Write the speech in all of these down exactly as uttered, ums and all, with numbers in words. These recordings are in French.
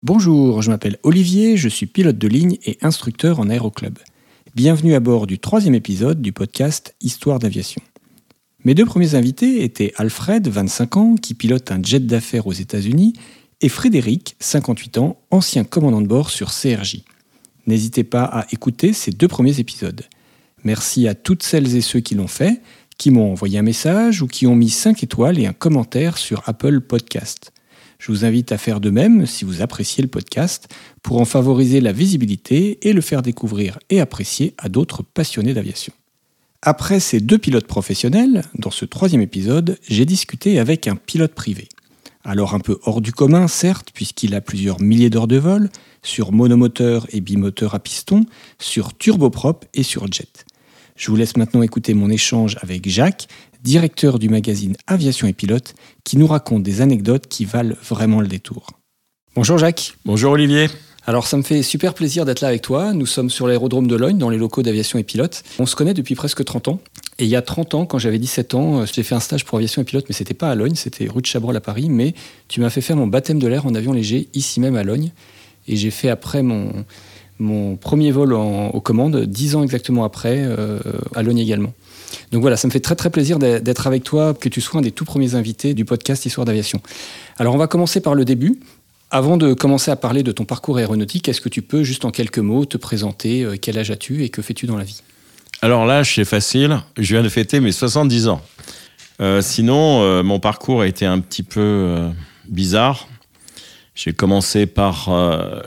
Bonjour, je m'appelle Olivier, je suis pilote de ligne et instructeur en aéroclub. Bienvenue à bord du troisième épisode du podcast Histoire d'aviation. Mes deux premiers invités étaient Alfred, vingt-cinq ans, qui pilote un jet d'affaires aux États-Unis, et Frédéric, cinquante-huit ans, ancien commandant de bord sur C R J. N'hésitez pas à écouter ces deux premiers épisodes. Merci à toutes celles et ceux qui l'ont fait, qui m'ont envoyé un message ou qui ont mis cinq étoiles et un commentaire sur Apple Podcast. Je vous invite à faire de même si vous appréciez le podcast pour en favoriser la visibilité et le faire découvrir et apprécier à d'autres passionnés d'aviation. Après ces deux pilotes professionnels, dans ce troisième épisode, j'ai discuté avec un pilote privé. Alors un peu hors du commun, certes, puisqu'il a plusieurs milliers d'heures de vol, sur monomoteur et bimoteur à piston, sur turboprop et sur jet. Je vous laisse maintenant écouter mon échange avec Jacques, directeur du magazine Aviation et Pilote, qui nous raconte des anecdotes qui valent vraiment le détour. Bonjour Jacques. Bonjour Olivier. Alors ça me fait super plaisir d'être là avec toi. Nous sommes sur l'aérodrome de Logne, dans les locaux d'Aviation et Pilote. On se connaît depuis presque trente ans. Et il y a trente ans, quand j'avais dix-sept ans, j'ai fait un stage pour Aviation et Pilote, mais c'était pas à Logne, c'était rue de Chabrol à Paris. Mais tu m'as fait faire mon baptême de l'air en avion léger, ici même à Logne. Et j'ai fait après mon, mon premier vol en, aux commandes, dix ans exactement après, euh, à Logne également. Donc voilà, ça me fait très très plaisir d'être avec toi, que tu sois un des tout premiers invités du podcast Histoire d'aviation. Alors on va commencer par le début. Avant de commencer à parler de ton parcours aéronautique, est-ce que tu peux juste en quelques mots te présenter, quel âge as-tu et que fais-tu dans la vie ? Alors l'âge c'est facile, je viens de fêter mes soixante-dix ans. Euh, sinon, euh, mon parcours a été un petit peu euh, bizarre. J'ai commencé par euh,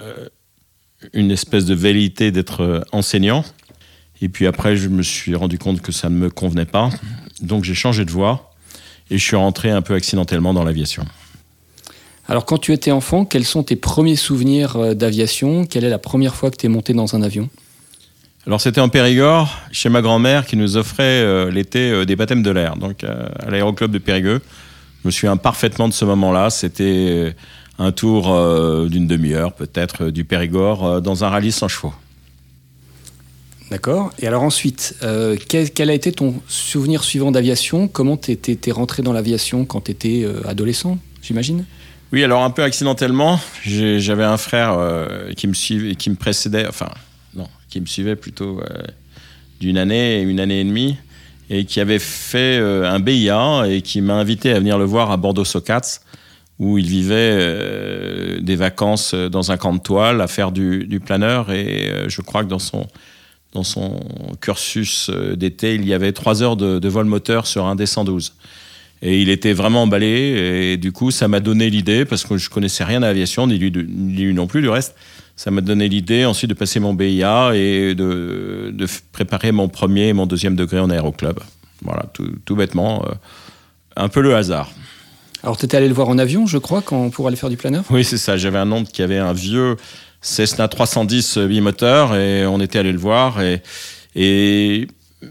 une espèce de velléité d'être enseignant. Et puis après, je me suis rendu compte que ça ne me convenait pas. Donc j'ai changé de voie et je suis rentré un peu accidentellement dans l'aviation. Alors quand tu étais enfant, quels sont tes premiers souvenirs d'aviation ? Quelle est la première fois que tu es monté dans un avion ? Alors c'était en Périgord, chez ma grand-mère qui nous offrait euh, l'été euh, des baptêmes de l'air, donc euh, à l'aéroclub de Périgueux. Je me souviens parfaitement de ce moment-là. C'était un tour euh, d'une demi-heure peut-être euh, du Périgord euh, dans un rallye sans chevaux. D'accord. Et alors ensuite, euh, quel, quel a été ton souvenir suivant d'aviation ? Comment tu es rentré dans l'aviation quand tu étais euh, adolescent, j'imagine ? Oui, alors un peu accidentellement. J'ai, j'avais un frère euh, qui me suivait, qui me précédait, enfin non, qui me suivait plutôt euh, d'une année, une année et demie, et qui avait fait euh, un B I A et qui m'a invité à venir le voir à Bordeaux-Socats, où il vivait euh, des vacances dans un camp de toile à faire du, du planeur. Et euh, je crois que dans son Dans son cursus d'été, il y avait trois heures de, de vol moteur sur un D cent douze. Et il était vraiment emballé. Et du coup, ça m'a donné l'idée, parce que je ne connaissais rien à l'aviation, ni lui, ni lui non plus du reste. Ça m'a donné l'idée ensuite de passer mon B I A et de, de préparer mon premier et mon deuxième degré en aéroclub. Voilà, tout, tout bêtement. Euh, un peu le hasard. Alors, tu étais allé le voir en avion, je crois, quand, pour aller faire du planeur ? Oui, c'est ça. J'avais un oncle qui avait un vieux Cessna trois cent dix bimoteur et on était allé le voir et, et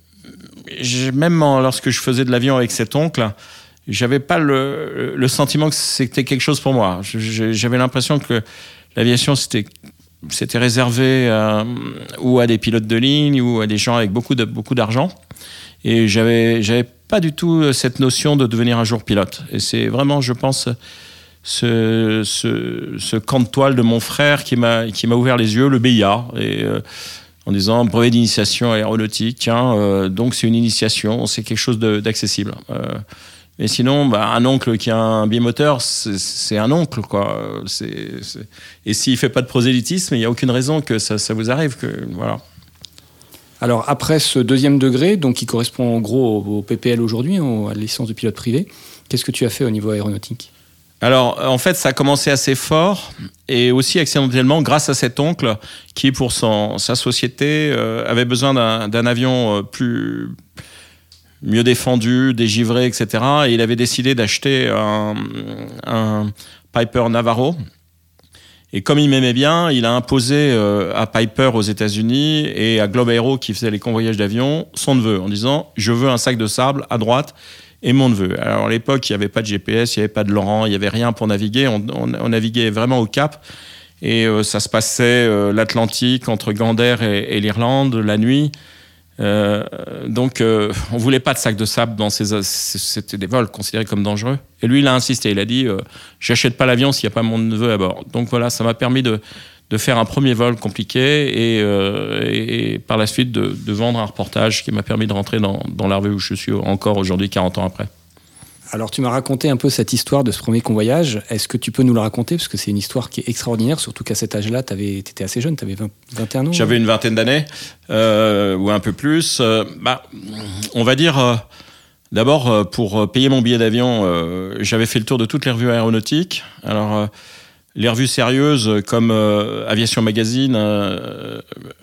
même lorsque je faisais de l'avion avec cet oncle, j'avais pas le, le sentiment que c'était quelque chose pour moi. J'avais l'impression que l'aviation c'était, c'était réservé à, ou à des pilotes de ligne ou à des gens avec beaucoup, de, beaucoup d'argent et j'avais, j'avais pas du tout cette notion de devenir un jour pilote. Et c'est vraiment, je pense, Ce, ce, ce camp de toile de mon frère qui m'a, qui m'a ouvert les yeux, le B I A, et, euh, en disant brevet d'initiation aéronautique, tiens, euh, donc c'est une initiation, c'est quelque chose de, d'accessible. Euh, et sinon, bah, un oncle qui a un bimoteur, c'est, c'est un oncle, quoi. C'est, c'est... Et s'il ne fait pas de prosélytisme, il n'y a aucune raison que ça, ça vous arrive. Que, voilà. Alors après ce deuxième degré, donc qui correspond en gros au, au P P L aujourd'hui, à la licence de pilote privé, qu'est-ce que tu as fait au niveau aéronautique ? Alors, en fait, ça a commencé assez fort et aussi accidentellement grâce à cet oncle qui, pour son, sa société, euh, avait besoin d'un, d'un avion euh, plus mieux défendu, dégivré, et cetera. Et il avait décidé d'acheter un, un Piper Navarro. Et comme il m'aimait bien, il a imposé euh, à Piper aux États-Unis et à Globe Aero qui faisait les convoyages d'avion son neveu en disant « Je veux un sac de sable à droite ». Et mon neveu. Alors à l'époque, il n'y avait pas de G P S, il n'y avait pas de Laurent, il n'y avait rien pour naviguer. On, on, on naviguait vraiment au cap. Et euh, ça se passait euh, l'Atlantique entre Gander et, et l'Irlande la nuit. Euh, donc, euh, on voulait pas de sac de sable dans ces. C'était des vols considérés comme dangereux. Et lui, il a insisté. Il a dit euh, j'achète pas l'avion s'il y a pas mon neveu à bord. Donc voilà, ça m'a permis de, de faire un premier vol compliqué et, euh, et, et par la suite de, de vendre un reportage qui m'a permis de rentrer dans, dans l'armée où je suis encore aujourd'hui, quarante ans après. Alors, tu m'as raconté un peu cette histoire de ce premier convoyage. Est-ce que tu peux nous la raconter? Parce que c'est une histoire qui est extraordinaire, surtout qu'à cet âge-là, tu étais assez jeune, tu avais vingt, vingt et un ans. J'avais une vingtaine d'années, euh, ou un peu plus. Euh, bah, on va dire, euh, d'abord, euh, pour payer mon billet d'avion, euh, j'avais fait le tour de toutes les revues aéronautiques. Alors, euh, les revues sérieuses comme euh, Aviation Magazine, euh, euh,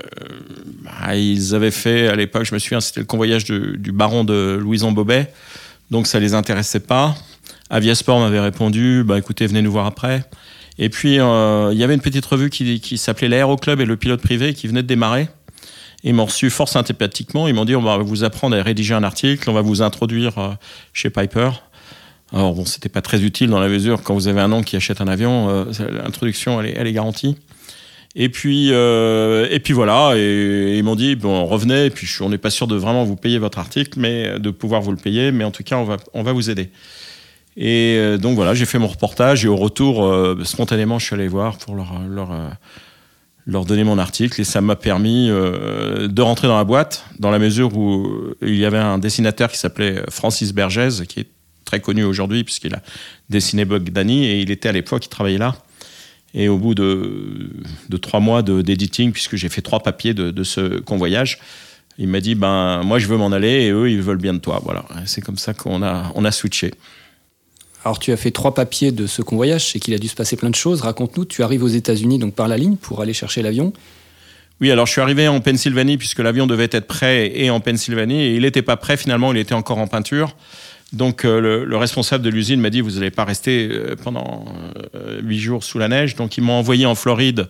bah, ils avaient fait, à l'époque, je me souviens, c'était le convoyage de, du baron de Louison Bobet. Donc ça les intéressait pas. Aviasport m'avait répondu, bah écoutez, venez nous voir après. Et puis euh, il y avait une petite revue qui, qui s'appelait l'Aéroclub et le pilote privé qui venait de démarrer. Ils m'ont reçu fort sympathiquement. Ils m'ont dit on va vous apprendre à rédiger un article, on va vous introduire euh, chez Piper. Alors bon, c'était pas très utile dans la mesure quand vous avez un oncle qui achète un avion, euh, l'introduction elle est, elle est garantie. Et puis, euh, et puis voilà, et, et ils m'ont dit, bon, revenez, et puis on n'est pas sûr de vraiment vous payer votre article, mais de pouvoir vous le payer, mais en tout cas, on va, on va vous aider. Et euh, donc voilà, j'ai fait mon reportage, et au retour, euh, spontanément, je suis allé voir pour leur, leur, euh, leur donner mon article, et ça m'a permis euh, de rentrer dans la boîte, dans la mesure où il y avait un dessinateur qui s'appelait Francis Bergès, qui est très connu aujourd'hui, puisqu'il a dessiné Bogdani, et il était à l'époque, il travaillait là. Et au bout de, de trois mois de, d'editing, puisque j'ai fait trois papiers de, de ce convoyage, il m'a dit ben, moi je veux m'en aller et eux ils veulent bien de toi. Voilà. C'est comme ça qu'on a, on a switché. Alors tu as fait trois papiers de ce convoyage, c'est qu'il a dû se passer plein de choses. Raconte-nous, tu arrives aux États-Unis donc par la ligne pour aller chercher l'avion. Oui, alors je suis arrivé en Pennsylvanie puisque l'avion devait être prêt et en Pennsylvanie et il n'était pas prêt finalement, il était encore en peinture. Donc euh, le, le responsable de l'usine m'a dit vous n'allez pas rester euh, pendant huit euh, jours sous la neige. Donc ils m'ont envoyé en Floride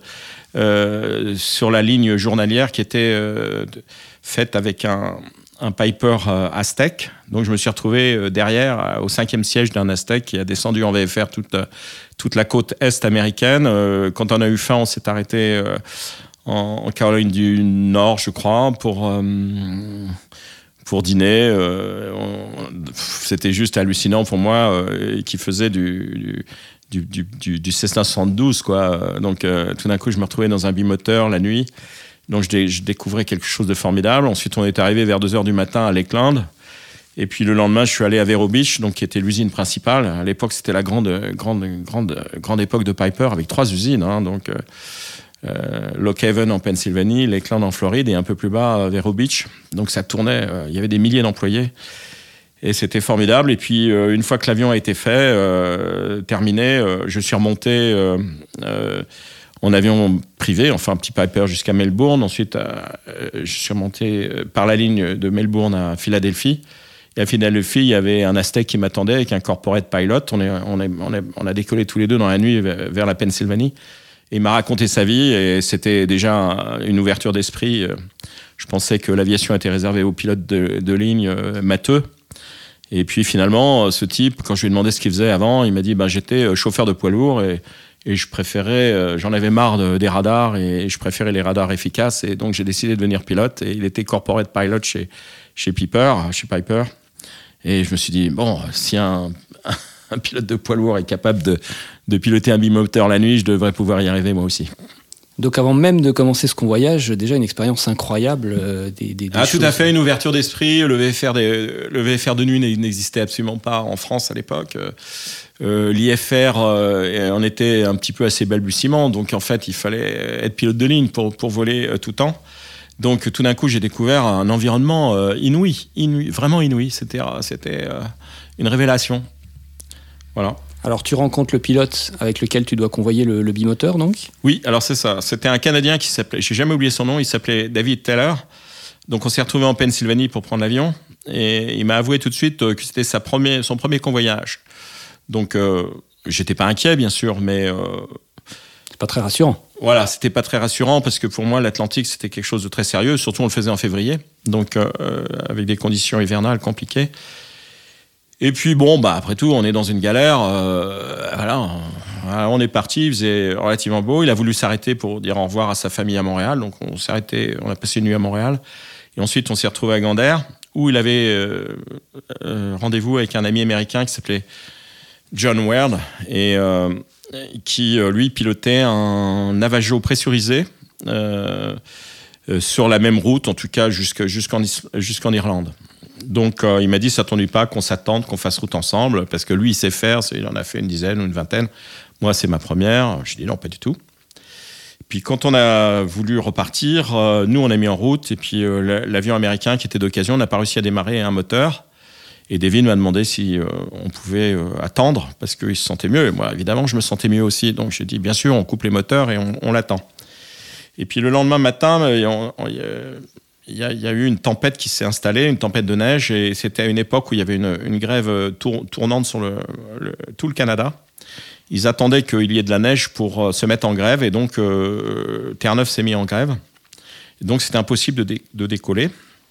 euh, sur la ligne journalière qui était euh, faite avec un, un Piper euh, Aztec. Donc je me suis retrouvé euh, derrière euh, au cinquième siège d'un Aztec qui a descendu en V F R toute, euh, toute la côte est américaine. Euh, quand on a eu faim, on s'est arrêté euh, en, en Caroline du Nord, je crois, pour... Euh, pour dîner. Euh, on, c'était juste hallucinant pour moi, euh, qui faisait du, du, du, du, du Cessna soixante-douze, quoi. Donc, euh, tout d'un coup, je me retrouvais dans un bimoteur la nuit. Donc, je, dé, je découvrais quelque chose de formidable. Ensuite, on est arrivé vers deux heures du matin à Lakeland. Et puis, le lendemain, je suis allé à Vero Beach, donc, qui était l'usine principale. À l'époque, c'était la grande, grande, grande, grande époque de Piper, avec trois usines. Hein, donc, euh, Euh, Lock Haven en Pennsylvanie, Lakeland en Floride et un peu plus bas, Vero Beach. Donc ça tournait, euh, il y avait des milliers d'employés et c'était formidable. Et puis euh, une fois que l'avion a été fait, euh, terminé, euh, je suis remonté euh, euh, en avion privé, enfin un petit Piper jusqu'à Melbourne. Ensuite, euh, je suis remonté par la ligne de Melbourne à Philadelphie. Et à Philadelphie, il y avait un Aztec qui m'attendait avec un corporate pilot. On, est, on, est, on, est, on a décollé tous les deux dans la nuit vers, vers la Pennsylvanie. Il m'a raconté sa vie et c'était déjà une ouverture d'esprit. Je pensais que l'aviation était réservée aux pilotes de, de ligne matheux. Et puis finalement, ce type, quand je lui ai demandé ce qu'il faisait avant, il m'a dit ben, j'étais chauffeur de poids lourd et, et je préférais, j'en avais marre de, des radars et je préférais les radars efficaces. Et donc j'ai décidé de devenir pilote. Et il était corporate pilot chez, chez Piper, chez Piper. Et je me suis dit, bon, si un, un pilote de poids lourd est capable de, de piloter un bimoteur la nuit, je devrais pouvoir y arriver moi aussi. Donc avant même de commencer ce convoyage, déjà une expérience incroyable. Euh, des, des, des ah, choses... tout à fait, une ouverture d'esprit. Le V F R, des, le V F R de nuit n'existait absolument pas en France à l'époque. Euh, L'I F R euh, en était un petit peu à ses balbutiements. Donc en fait, il fallait être pilote de ligne pour, pour voler euh, tout le temps. Donc tout d'un coup, j'ai découvert un environnement euh, inouï, inouï, vraiment inouï. C'était, c'était euh, une révélation. Voilà. Alors tu rencontres le pilote avec lequel tu dois convoyer le, le bimoteur, donc ? Oui, alors c'est ça. C'était un Canadien qui s'appelait, j'ai jamais oublié son nom, il s'appelait David Taylor. Donc on s'est retrouvés en Pennsylvanie pour prendre l'avion et il m'a avoué tout de suite que c'était sa première, son premier convoyage. Donc euh, j'étais pas inquiet bien sûr, mais euh, c'est pas très rassurant. Voilà, c'était pas très rassurant parce que pour moi l'Atlantique c'était quelque chose de très sérieux. Surtout on le faisait en février, donc euh, avec des conditions hivernales compliquées. Et puis bon, bah après tout, on est dans une galère. Euh, voilà, on est parti. Il faisait relativement beau. Il a voulu s'arrêter pour dire au revoir à sa famille à Montréal. Donc on s'est arrêté. On a passé une nuit à Montréal. Et ensuite, on s'est retrouvé à Gander, où il avait euh, euh, rendez-vous avec un ami américain qui s'appelait John Ward, et euh, qui, euh, lui, pilotait un Navajo pressurisé euh, euh, sur la même route, en tout cas jusqu'à, jusqu'en, jusqu'en Irlande. Donc, euh, il m'a dit, ça ne t'ennuie pas qu'on s'attende, qu'on fasse route ensemble, parce que lui, il sait faire, il en a fait une dizaine ou une vingtaine. Moi, c'est ma première. Je dis non, pas du tout. Puis, quand on a voulu repartir, euh, nous, on a mis en route, et puis euh, l'avion américain qui était d'occasion n'a pas réussi à démarrer un moteur. Et David m'a demandé si euh, on pouvait euh, attendre, parce qu'il se sentait mieux. Et moi, évidemment, je me sentais mieux aussi. Donc, j'ai dit, bien sûr, on coupe les moteurs et on, on l'attend. Et puis, le lendemain matin, on, on, Il y, a, il y a eu une tempête qui s'est installée, une tempête de neige, et c'était à une époque où il y avait une, une grève tour, tournante sur le, le, tout le Canada. Ils attendaient qu'il y ait de la neige pour se mettre en grève, et donc euh, Terre-Neuve s'est mis en grève. Et donc c'était impossible de, dé, de décoller.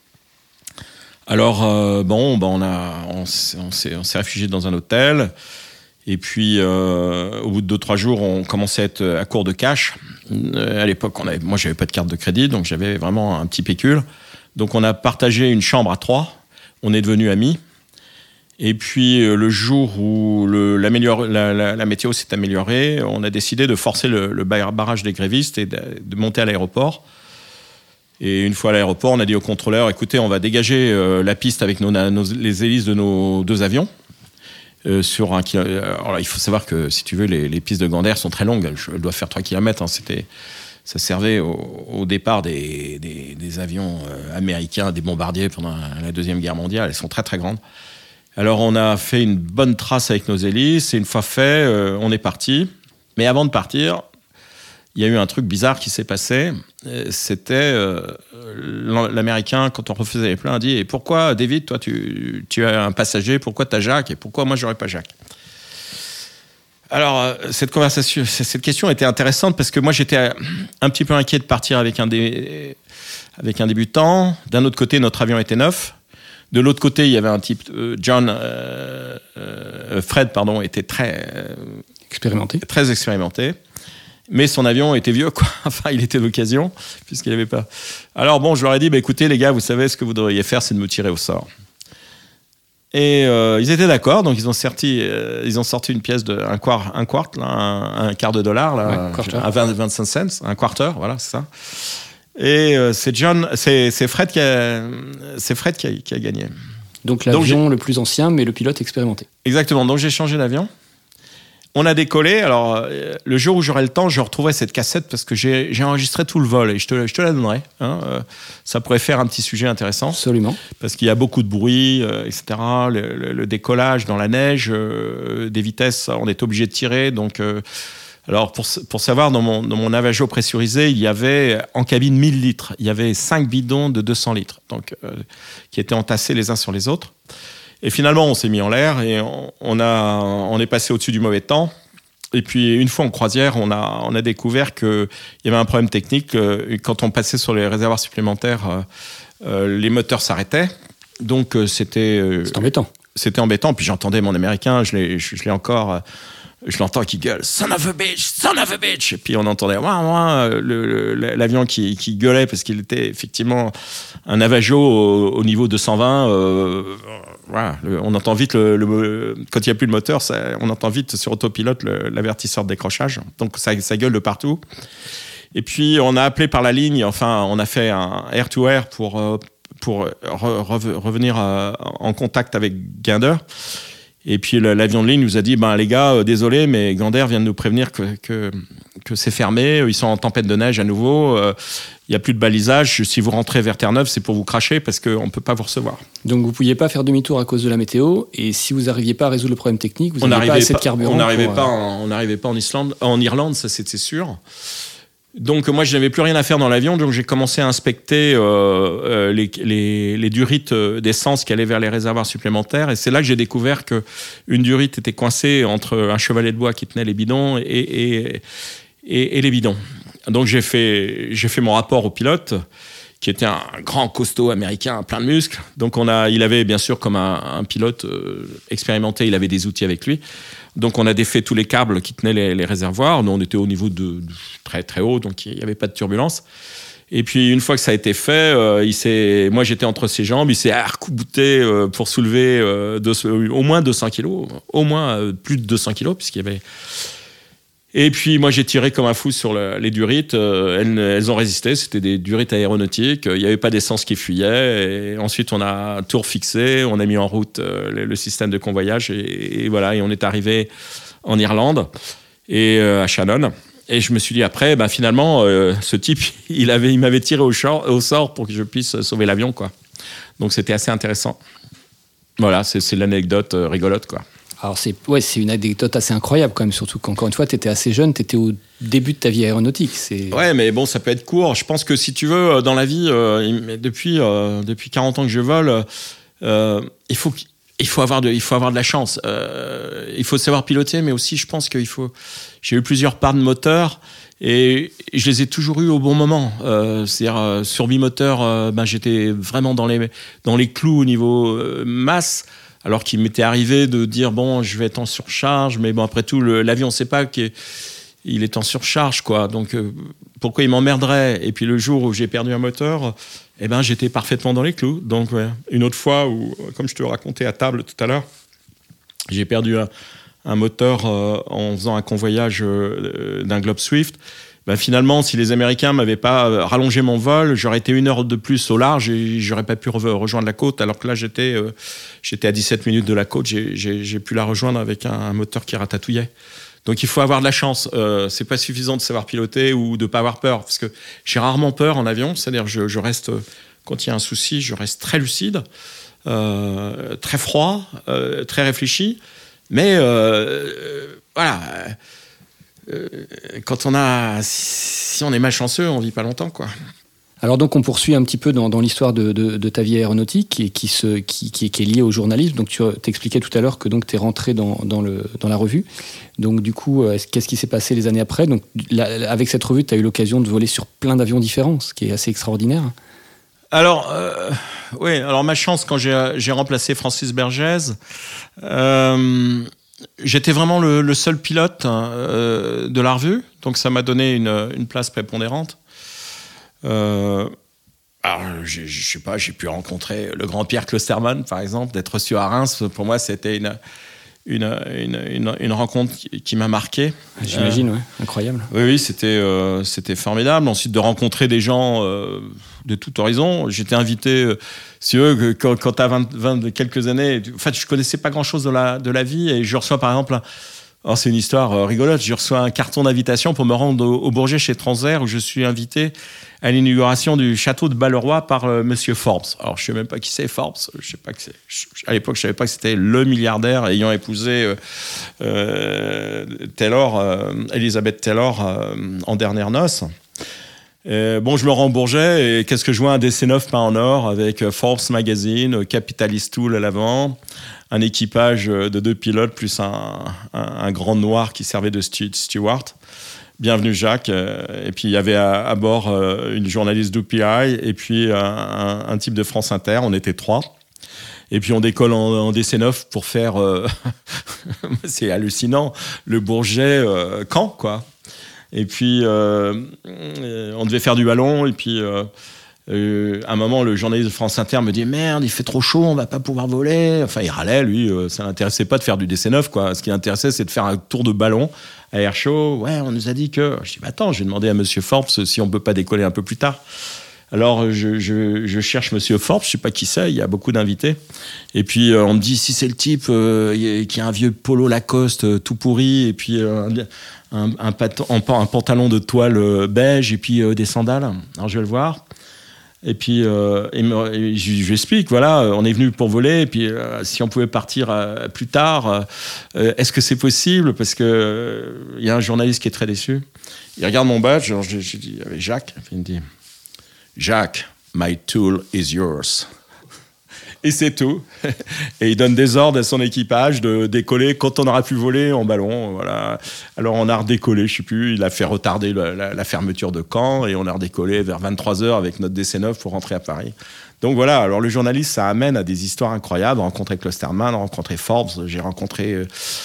Alors euh, bon, ben on, a, on, on, s'est, on s'est réfugié dans un hôtel, et puis euh, au bout de deux trois jours, on commençait à être à court de cash. À l'époque, on avait, moi, j'avais pas de carte de crédit, donc j'avais vraiment un petit pécule. Donc, on a partagé une chambre à trois. On est devenus amis. Et puis, le jour où le, la, la, la météo s'est améliorée, on a décidé de forcer le, le barrage des grévistes et de, de monter à l'aéroport. Et une fois à l'aéroport, on a dit au contrôleur, écoutez, on va dégager euh, la piste avec nos, nos, les hélices de nos deux avions. Euh, sur un Alors là, il faut savoir que, si tu veux, les, les pistes de Gander sont très longues. Elles doivent faire trois kilomètres. Hein. C'était, ça servait au, au départ des, des, des avions euh, américains, des bombardiers pendant la Deuxième Guerre mondiale. Elles sont très, très grandes. Alors, on a fait une bonne trace avec nos hélices. Et une fois fait, euh, on est parti. Mais avant de partir, il y a eu un truc bizarre qui s'est passé. C'était euh, l'Américain, quand on refaisait les plans, a dit « Et pourquoi, David, toi, tu, tu as un passager, pourquoi tu as Jacques et pourquoi moi, j'aurais pas Jacques ?» Alors, cette conversation, cette question était intéressante parce que moi, j'étais un petit peu inquiet de partir avec un, dé, avec un débutant. D'un autre côté, notre avion était neuf. De l'autre côté, il y avait un type, John, euh, euh, Fred, pardon, était très euh, expérimenté. Très expérimenté. Mais son avion était vieux, quoi. Enfin, il était d'occasion, puisqu'il n'avait pas. Alors bon, je leur ai dit, bah, écoutez, les gars, vous savez, ce que vous devriez faire, c'est de me tirer au sort. Et euh, ils étaient d'accord, donc ils ont sorti, euh, ils ont sorti une pièce de un quart, un quart, là, un, un quart de dollar, là, ouais, à vingt, vingt-cinq cents, un quarter, voilà, c'est ça. Et euh, c'est John, c'est, c'est Fred qui a, c'est Fred qui a, qui a gagné. Donc l'avion donc, le plus ancien, mais le pilote expérimenté. Exactement. Donc j'ai changé d'avion. On a décollé. Alors, euh, le jour où j'aurai le temps, je retrouverai cette cassette parce que j'ai, j'ai enregistré tout le vol et je te, je te la donnerai. Hein, euh, ça pourrait faire un petit sujet intéressant. Absolument. Parce qu'il y a beaucoup de bruit, euh, et cetera. Le, le, le décollage dans la neige, euh, des vitesses, on est obligé de tirer. Donc, euh, alors, pour, pour savoir, dans mon, dans mon Navajo pressurisé, il y avait en cabine mille litres. Il y avait cinq bidons de deux cents litres, donc, euh, qui étaient entassés les uns sur les autres. Et finalement, on s'est mis en l'air et on, on, a, on est passé au-dessus du mauvais temps. Et puis, une fois en croisière, on a, on a découvert qu'il y avait un problème technique. Quand on passait sur les réservoirs supplémentaires, euh, les moteurs s'arrêtaient. Donc, c'était... C'est embêtant. C'était embêtant. Puis j'entendais mon Américain, je l'ai, je, je l'ai encore... Je l'entends qui gueule « Son of a bitch! Son of a bitch !» Et puis on entendait ouah, ouah, le, le, l'avion qui, qui gueulait parce qu'il était effectivement un Navajo au, au niveau deux cent vingt. Euh, voilà, le, on entend vite, le, le, quand il n'y a plus de moteur, ça, on entend vite sur autopilote le, l'avertisseur de décrochage. Donc ça, ça gueule de partout. Et puis on a appelé par la ligne, enfin on a fait un air-to-air pour, pour re, re, revenir en contact avec Gander. Et puis l'avion de ligne nous a dit ben les gars, euh, désolé, mais Gander vient de nous prévenir que, que, que c'est fermé, ils sont en tempête de neige à nouveau, il euh, n'y a plus de balisage, si vous rentrez vers Terre-Neuve, c'est pour vous cracher parce qu'on ne peut pas vous recevoir. Donc vous ne pouviez pas faire demi-tour à cause de la météo, et si vous n'arriviez pas à résoudre le problème technique, vous n'aviez pas assez pas, de carburant. On n'arrivait pour, pas, en, on n'arrivait pas en, Islande, en Irlande, ça c'était sûr. Donc moi je n'avais plus rien à faire dans l'avion, donc j'ai commencé à inspecter euh, euh, les, les, les durites d'essence qui allaient vers les réservoirs supplémentaires, et c'est là que j'ai découvert que une durite était coincée entre un chevalet de bois qui tenait les bidons et, et, et, et les bidons. Donc j'ai fait, j'ai fait mon rapport au pilote, qui était un grand costaud américain plein de muscles. Donc on a, il avait bien sûr comme un, un pilote euh, expérimenté, il avait des outils avec lui. Donc on a défait tous les câbles qui tenaient les, les réservoirs. Nous on était au niveau de, de très très haut, donc il n'y avait pas de turbulence. Et puis une fois que ça a été fait, euh, il s'est, moi j'étais entre ses jambes, il s'est arc-bouté euh, pour soulever euh, deux, au moins deux cents kilos, au moins euh, plus de deux cents kilos, puisqu'il y avait... Et puis moi j'ai tiré comme un fou sur le, les durites, euh, elles, elles ont résisté, c'était des durites aéronautiques, il n'y avait pas d'essence qui fuyait, et ensuite on a tout refixé, on a mis en route euh, le, le système de convoyage, et, et voilà, et on est arrivé en Irlande, et euh, à Shannon. Et je me suis dit après, ben finalement, euh, ce type, il, avait, il m'avait tiré au, short, au sort pour que je puisse sauver l'avion, quoi. Donc c'était assez intéressant. Voilà, c'est, c'est l'anecdote euh, rigolote, quoi. Alors c'est, ouais, c'est une anecdote assez incroyable quand même, surtout qu'encore une fois, tu étais assez jeune, tu étais au début de ta vie aéronautique. C'est... Ouais, mais bon, ça peut être court. Je pense que si tu veux, dans la vie, euh, depuis, euh, depuis quarante ans que je vole, euh, il faut Il faut avoir de, il faut avoir de la chance. Euh, il faut savoir piloter, mais aussi, je pense qu'il faut. J'ai eu plusieurs parts de moteur et je les ai toujours eu au bon moment. Euh, c'est-à-dire euh, sur bimoteur, euh, ben j'étais vraiment dans les dans les clous au niveau euh, masse. Alors qu'il m'était arrivé de dire bon, je vais être en surcharge, mais bon après tout, le, l'avion, on sait pas qu'il il est en surcharge, quoi. Donc euh, pourquoi il m'emmerderait ? Et puis le jour où j'ai perdu un moteur. Eh ben, j'étais parfaitement dans les clous. Donc, ouais. Une autre fois où, comme je te le racontais à table tout à l'heure, j'ai perdu un, un moteur euh, en faisant un convoyage euh, d'un Globe Swift. Ben, finalement, si les Américains m'avaient pas rallongé mon vol, j'aurais été une heure de plus au large et j'aurais pas pu re- rejoindre la côte. Alors que là, j'étais, euh, j'étais à dix-sept minutes de la côte. J'ai, j'ai, j'ai pu la rejoindre avec un, un moteur qui ratatouillait. Donc il faut avoir de la chance. Euh, c'est pas suffisant de savoir piloter ou de pas avoir peur, parce que j'ai rarement peur en avion. C'est-à-dire je, je reste, quand il y a un souci, je reste très lucide, euh, très froid, euh, très réfléchi. Mais euh, euh, voilà, euh, quand on a, si on est malchanceux, on vit pas longtemps, quoi. Alors donc on poursuit un petit peu dans, dans l'histoire de, de, de ta vie aéronautique et qui, se, qui, qui, qui est liée au journalisme. Donc tu t'expliquais tout à l'heure que tu es rentré dans, dans, le, dans la revue. Donc du coup, qu'est-ce qui s'est passé les années après ? Donc, la, avec cette revue, tu as eu l'occasion de voler sur plein d'avions différents, ce qui est assez extraordinaire. Alors, euh, oui, alors ma chance quand j'ai, j'ai remplacé Francis Bergès, euh, j'étais vraiment le, le seul pilote euh, de la revue. Donc ça m'a donné une, une place prépondérante. Euh, alors, je, je sais pas, j'ai pu rencontrer le grand Pierre Klosterman, par exemple, d'être reçu à Reims. Pour moi, c'était une, une, une, une, une rencontre qui, qui m'a marqué. J'imagine, euh, ouais, incroyable. Oui, oui, c'était, euh, c'était formidable. Ensuite, de rencontrer des gens euh, de tout horizon. J'étais invité, euh, si tu veux, quand, quand tu as vingt, vingt quelques années, en fait, je connaissais pas grand-chose de la, de la vie et je reçois, par exemple, un, alors c'est une histoire euh, rigolote. Je reçois un carton d'invitation pour me rendre au, au Bourget chez Transair où je suis invité à l'inauguration du château de Balleroy par euh, Monsieur Forbes. Alors je sais même pas qui c'est Forbes. Je sais pas que c'est. Je, à l'époque, je savais pas que c'était le milliardaire ayant épousé euh, euh, Taylor, euh, Elizabeth Taylor euh, en dernières noces. Et bon, je me rends au Bourget et qu'est-ce que je vois ? Un D C neuf peint en or avec Forbes Magazine, Capitalist Tool à l'avant, un équipage de deux pilotes plus un, un, un grand noir qui servait de steward. Bienvenue Jacques. Et puis il y avait à, à bord une journaliste d'U P I et puis un, un, un type de France Inter. On était trois. Et puis on décolle en, en D C neuf pour faire, euh, c'est hallucinant, le Bourget euh, Caen, quoi. Et puis, euh, on devait faire du ballon. Et puis, euh, euh, à un moment, le journaliste de France Inter me dit « Merde, il fait trop chaud, on va pas pouvoir voler. » Enfin, il râlait, lui. Euh, ça l'intéressait pas de faire du D C neuf, quoi. Ce qui l'intéressait, c'est de faire un tour de ballon à air chaud. Ouais, on nous a dit que... Je dis bah, « Attends, j'ai demandé à Monsieur Forbes si on peut pas décoller un peu plus tard. » Alors, je, je, je cherche Monsieur Forbes, je sais pas qui c'est, il y a beaucoup d'invités. Et puis, euh, on me dit, si c'est le type euh, qui a un vieux polo Lacoste euh, tout pourri, et puis euh, un, un, pat- un, un pantalon de toile euh, beige, et puis euh, des sandales. Alors, je vais le voir. Et puis, euh, et me, et je, je lui explique, voilà, on est venu pour voler, et puis euh, si on pouvait partir euh, plus tard, euh, est-ce que c'est possible ? Parce qu'il euh, y a un journaliste qui est très déçu. Il regarde mon badge, alors je, je dis, avec Jacques, il me dit... Jacques, my tool is yours. Et c'est tout. Et il donne des ordres à son équipage de décoller quand on aura pu voler en ballon. Voilà. Alors on a redécollé, je ne sais plus, il a fait retarder la, la, la fermeture de Caen et on a redécollé vers vingt-trois heures avec notre D C neuf pour rentrer à Paris. Donc voilà, alors le journaliste, ça amène à des histoires incroyables. Rencontrer Klosterman, rencontrer Forbes, j'ai rencontré...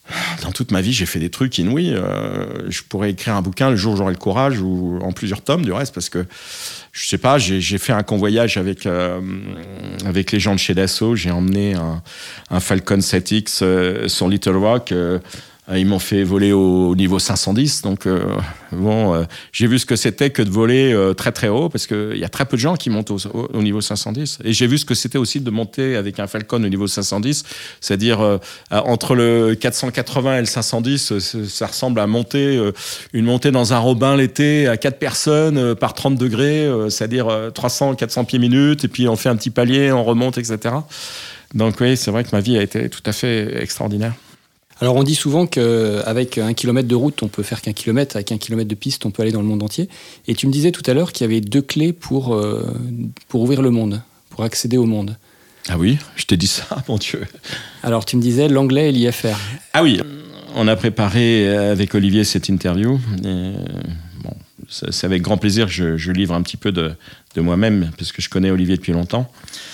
dans toute ma vie, j'ai fait des trucs inouïs. Euh, je pourrais écrire un bouquin le jour où j'aurai le courage, ou en plusieurs tomes du reste, parce que, je sais pas, j'ai, j'ai fait un convoyage avec, euh, avec les gens de chez Dassault. J'ai emmené un, un Falcon sept X euh, sur Little Rock. Euh, Ils m'ont fait voler au niveau cinq cent dix, donc euh, bon, euh, j'ai vu ce que c'était que de voler euh, très très haut, parce qu'il y a très peu de gens qui montent au, au, au niveau cinq cent dix. Et j'ai vu ce que c'était aussi de monter avec un Falcon au niveau cinq cent dix, c'est-à-dire euh, entre le quatre cent quatre-vingts et le cinq cent dix, ça ressemble à monter euh, une montée dans un robin l'été à quatre personnes euh, par trente degrés, euh, c'est-à-dire euh, trois cents à quatre cents pieds minutes, et puis on fait un petit palier, on remonte, et cetera. Donc oui, c'est vrai que ma vie a été tout à fait extraordinaire. Alors on dit souvent qu'avec un kilomètre de route, on peut faire qu'un kilomètre, avec un kilomètre de piste, on peut aller dans le monde entier. Et tu me disais tout à l'heure qu'il y avait deux clés pour, euh, pour ouvrir le monde, pour accéder au monde. Ah oui, je t'ai dit ça, mon Dieu. Alors tu me disais l'anglais et l'I F R. Ah oui, on a préparé avec Olivier cette interview. Et bon, c'est avec grand plaisir que je, je livre un petit peu de, de moi-même, parce que je connais Olivier depuis longtemps.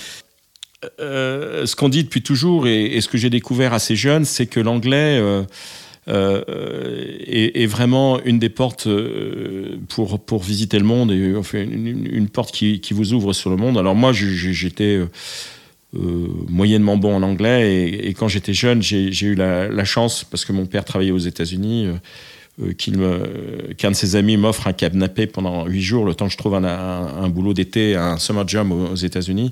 Euh, ce qu'on dit depuis toujours, et, et ce que j'ai découvert assez jeune, c'est que l'anglais euh, euh, est, est vraiment une des portes euh, pour, pour visiter le monde, et enfin, une, une porte qui, qui vous ouvre sur le monde. Alors moi, j'étais euh, moyennement bon en anglais, et, et quand j'étais jeune, j'ai, j'ai eu la, la chance, parce que mon père travaillait aux États-Unis, euh, qu'il me, qu'un de ses amis m'offre un kidnappé pendant huit jours, le temps que je trouve un, un, un boulot d'été, un summer job aux, aux États-Unis.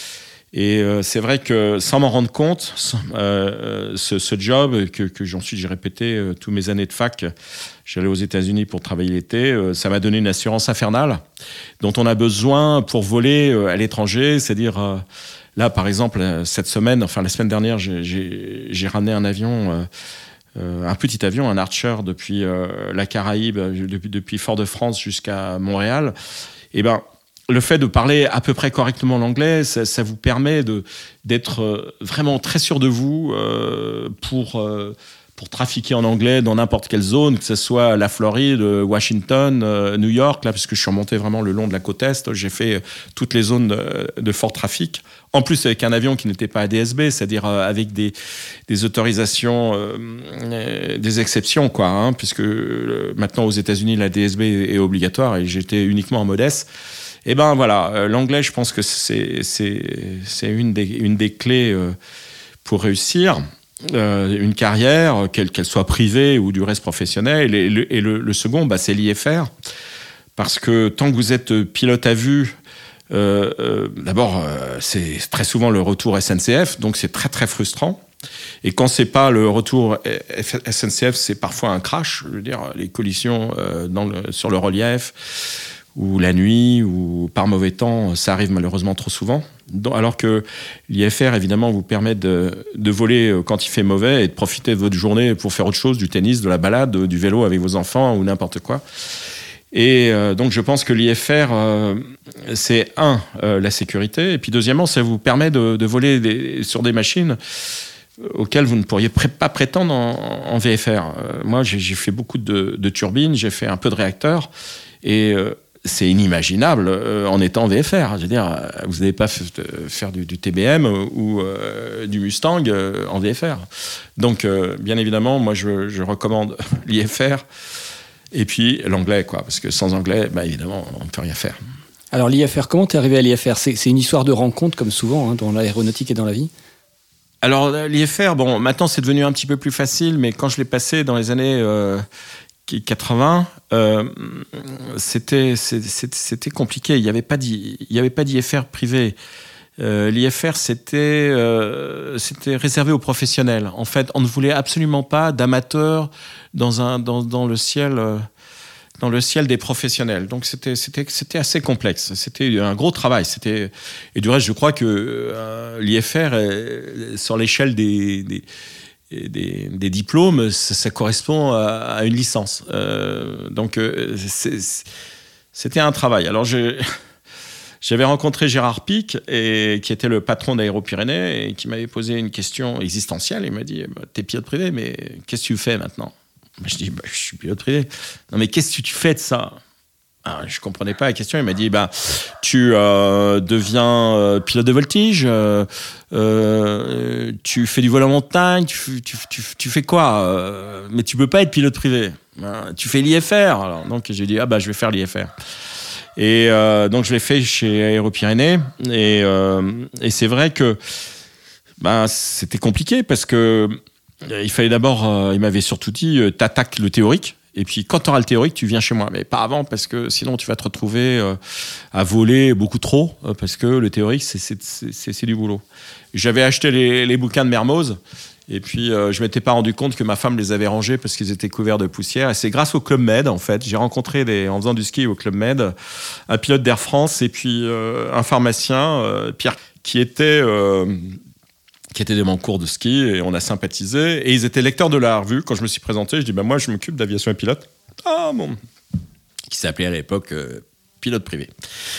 Et euh, c'est vrai que sans m'en rendre compte, euh, ce, ce job que, que ensuite j'ai répété euh, tous mes années de fac, j'allais aux États-Unis pour travailler l'été, euh, ça m'a donné une assurance infernale dont on a besoin pour voler euh, à l'étranger. C'est-à-dire, euh, là par exemple, cette semaine, enfin la semaine dernière, j'ai, j'ai, j'ai ramené un avion, euh, euh, un petit avion, un Archer depuis euh, la Caraïbe, depuis, depuis Fort-de-France jusqu'à Montréal. Et ben, le fait de parler à peu près correctement l'anglais, ça, ça vous permet de, d'être vraiment très sûr de vous euh, pour, euh, pour trafiquer en anglais dans n'importe quelle zone, que ce soit la Floride, Washington, euh, New York, là, parce que je suis remonté vraiment le long de la côte Est. J'ai fait toutes les zones de, de fort trafic. En plus, avec un avion qui n'était pas A D S B, c'est-à-dire euh, avec des, des autorisations, euh, des exceptions, quoi, hein, puisque euh, maintenant aux États-Unis, la D S B est obligatoire et j'étais uniquement en mode S. Et ben voilà, euh, l'anglais, je pense que c'est, c'est, c'est une, des, une des clés euh, pour réussir euh, une carrière, quelle qu'elle soit privée ou du reste professionnel. Et le, et le, le second, bah, c'est l'I F R. Parce que tant que vous êtes pilote à vue, euh, euh, d'abord, euh, c'est très souvent le retour S N C F, donc c'est très très frustrant. Et quand c'est pas le retour S N C F, c'est parfois un crash. Je veux dire, les collisions euh, dans le, sur le relief, ou la nuit, ou par mauvais temps, ça arrive malheureusement trop souvent. Alors que l'I F R, évidemment, vous permet de, de voler quand il fait mauvais et de profiter de votre journée pour faire autre chose, du tennis, de la balade, du vélo avec vos enfants ou n'importe quoi. Et euh, donc, je pense que l'I F R, euh, c'est un, euh, la sécurité, et puis deuxièmement, ça vous permet de, de voler des, sur des machines auxquelles vous ne pourriez pré- pas prétendre en, en V F R. Euh, moi, j'ai, j'ai fait beaucoup de, de turbines, j'ai fait un peu de réacteurs, et euh, c'est inimaginable euh, en étant V F R. Je veux dire, vous n'allez pas f- faire du, du T B M ou euh, du Mustang euh, en V F R. Donc, euh, bien évidemment, moi, je, je recommande l'I F R et puis l'anglais, quoi, parce que sans anglais, bah, évidemment, on ne peut rien faire. Alors, l'I F R, comment t'es arrivé à l'I F R ? c'est, c'est une histoire de rencontre, comme souvent, hein, dans l'aéronautique et dans la vie. Alors, l'I F R, bon, maintenant, c'est devenu un petit peu plus facile, mais quand je l'ai passé dans les années euh, quatre-vingts, euh, c'était, c'était, c'était compliqué. Il n'y avait pas d'I, il y avait pas d'I F R privé. Euh, L'I F R, c'était, euh, c'était réservé aux professionnels. En fait, on ne voulait absolument pas d'amateurs dans, un, dans, dans, le ciel, euh, dans le ciel des professionnels. Donc, c'était, c'était, c'était assez complexe. C'était un gros travail. C'était... Et du reste, je crois que euh, l'I F R, est, sur l'échelle des... des Des, des diplômes, ça, ça correspond à, à une licence. Euh, donc, euh, c'est, c'était un travail. Alors, je, j'avais rencontré Gérard Pic, et, qui était le patron d'Aéro-Pyrénées, et qui m'avait posé une question existentielle. Il m'a dit, bah, t'es pilote privé, mais qu'est-ce que tu fais maintenant ? Bah, je dis, bah, je suis pilote privé. Non, mais qu'est-ce que tu fais de ça ? Alors, je comprenais pas la question. Il m'a dit, ben, tu euh, deviens euh, pilote de voltige, euh, euh, tu fais du vol en montagne, tu, tu, tu, tu fais quoi euh, mais tu peux pas être pilote privé. Ben, tu fais l'I F R. Alors, donc j'ai dit, ah bah je vais faire l'I F R. Et euh, donc je l'ai fait chez Aéropyrénées. Et, euh, et c'est vrai que ben, c'était compliqué parce que il fallait d'abord, euh, il m'avait surtout dit, euh, t'attaques le théorique. Et puis, quand tu auras le théorique, tu viens chez moi. Mais pas avant, parce que sinon, tu vas te retrouver euh, à voler beaucoup trop, euh, parce que le théorique, c'est, c'est, c'est, c'est du boulot. J'avais acheté les, les bouquins de Mermoz, et puis euh, je ne m'étais pas rendu compte que ma femme les avait rangés parce qu'ils étaient couverts de poussière. Et c'est grâce au Club Med, en fait. J'ai rencontré, des, en faisant du ski au Club Med, un pilote d'Air France et puis euh, un pharmacien, euh, Pierre, qui était... Euh, qui étaient dans mon cours de ski, et on a sympathisé. Et ils étaient lecteurs de la revue. Quand je me suis présenté, je dis bah, « moi, je m'occupe d'aviation et pilote. » Ah bon. Qui s'appelait à l'époque euh, pilote privé.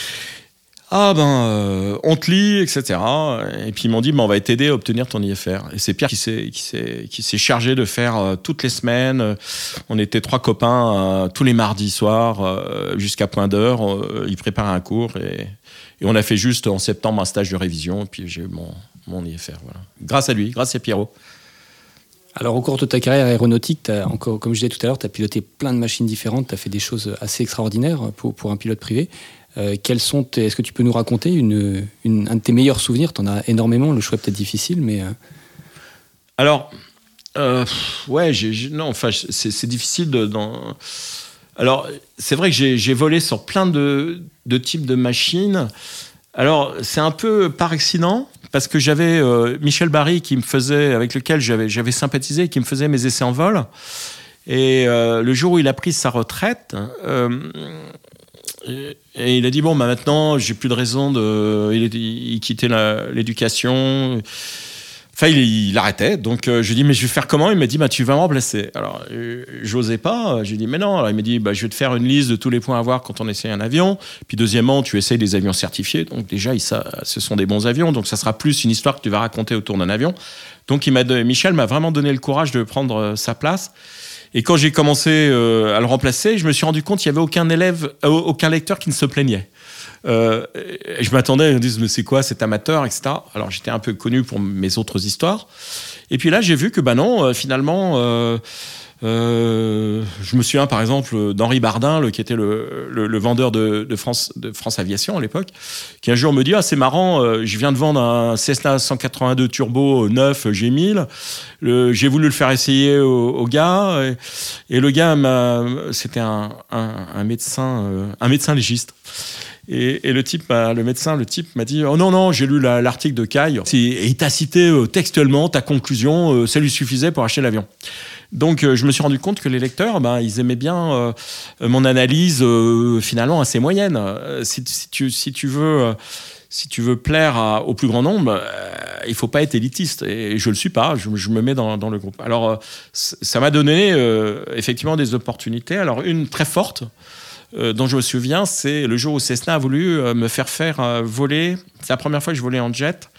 Ah ben, euh, on te lit, et cetera. Et puis ils m'ont dit bah, « on va t'aider à obtenir ton I F R. » Et c'est Pierre qui s'est, qui s'est, qui s'est chargé de faire euh, toutes les semaines. On était trois copains euh, tous les mardis soirs euh, jusqu'à point d'heure. Euh, il préparait un cours et, et on a fait juste en septembre un stage de révision. Et puis j'ai eu mon... mon I F R, voilà. Grâce à lui, grâce à Pierrot. Alors, au cours de ta carrière aéronautique, t'as encore, comme je disais tout à l'heure, tu as piloté plein de machines différentes, tu as fait des choses assez extraordinaires pour, pour un pilote privé. Euh, quels sont tes, est-ce que tu peux nous raconter une, une, un de tes meilleurs souvenirs ? Tu en as énormément, le choix est peut-être difficile, mais... Euh... Alors, euh, ouais, j'ai, j'ai, non, enfin, c'est, c'est difficile de... Dans... Alors, c'est vrai que j'ai, j'ai volé sur plein de, de types de machines. Alors, c'est un peu par accident, parce que j'avais euh, Michel Barry qui me faisait, avec lequel j'avais, j'avais sympathisé, qui me faisait mes essais en vol. Et euh, le jour où il a pris sa retraite, euh, et, et il a dit bon, bah maintenant, j'ai plus de raison de. Il, il quittait la, l'éducation. Enfin, il, il arrêtait. Donc, euh, je lui ai dit, mais je vais faire comment ? Il m'a dit, bah, tu vas me remplacer. Alors, euh, j'osais pas. J'ai dit, mais non. Alors, il m'a dit, bah, je vais te faire une liste de tous les points à voir quand on essaye un avion. Puis, deuxièmement, tu essayes des avions certifiés. Donc, déjà, il, ça, ce sont des bons avions. Donc, ça sera plus une histoire que tu vas raconter autour d'un avion. Donc, il m'a, Michel m'a vraiment donné le courage de prendre euh, sa place. Et quand j'ai commencé euh, à le remplacer, je me suis rendu compte qu'il n'y avait aucun élève, euh, aucun lecteur qui ne se plaignait. Euh, et je m'attendais, ils me disent mais c'est quoi cet amateur, et cetera. Alors j'étais un peu connu pour mes autres histoires. Et puis là j'ai vu que bah non, euh, finalement, euh, euh, je me souviens par exemple d'Henri Bardin, le, qui était le, le, le vendeur de, de France de France Aviation à l'époque, qui un jour me dit ah c'est marrant, euh, je viens de vendre un Cessna cent quatre-vingt-deux turbo neuf G mille. Le, j'ai voulu le faire essayer au, au gars et, et le gars m'a, c'était un, un, un médecin, euh, un médecin légiste. Et, et le type, le médecin, le type m'a dit « Oh non, non, j'ai lu la, l'article de Caille. Et il t'a cité euh, textuellement ta conclusion, euh, ça lui suffisait pour acheter l'avion. » Donc, euh, je me suis rendu compte que les lecteurs, ben, ils aimaient bien euh, mon analyse euh, finalement assez moyenne. Euh, si, si, tu, si, tu veux, euh, si tu veux plaire à, au plus grand nombre, euh, il ne faut pas être élitiste. Et je ne le suis pas, je, je me mets dans, dans le groupe. Alors, euh, ça m'a donné euh, effectivement des opportunités. Alors, une très forte, Euh, dont je me souviens, c'est le jour où Cessna a voulu euh, me faire faire euh, voler. C'est la première fois que je volais en jet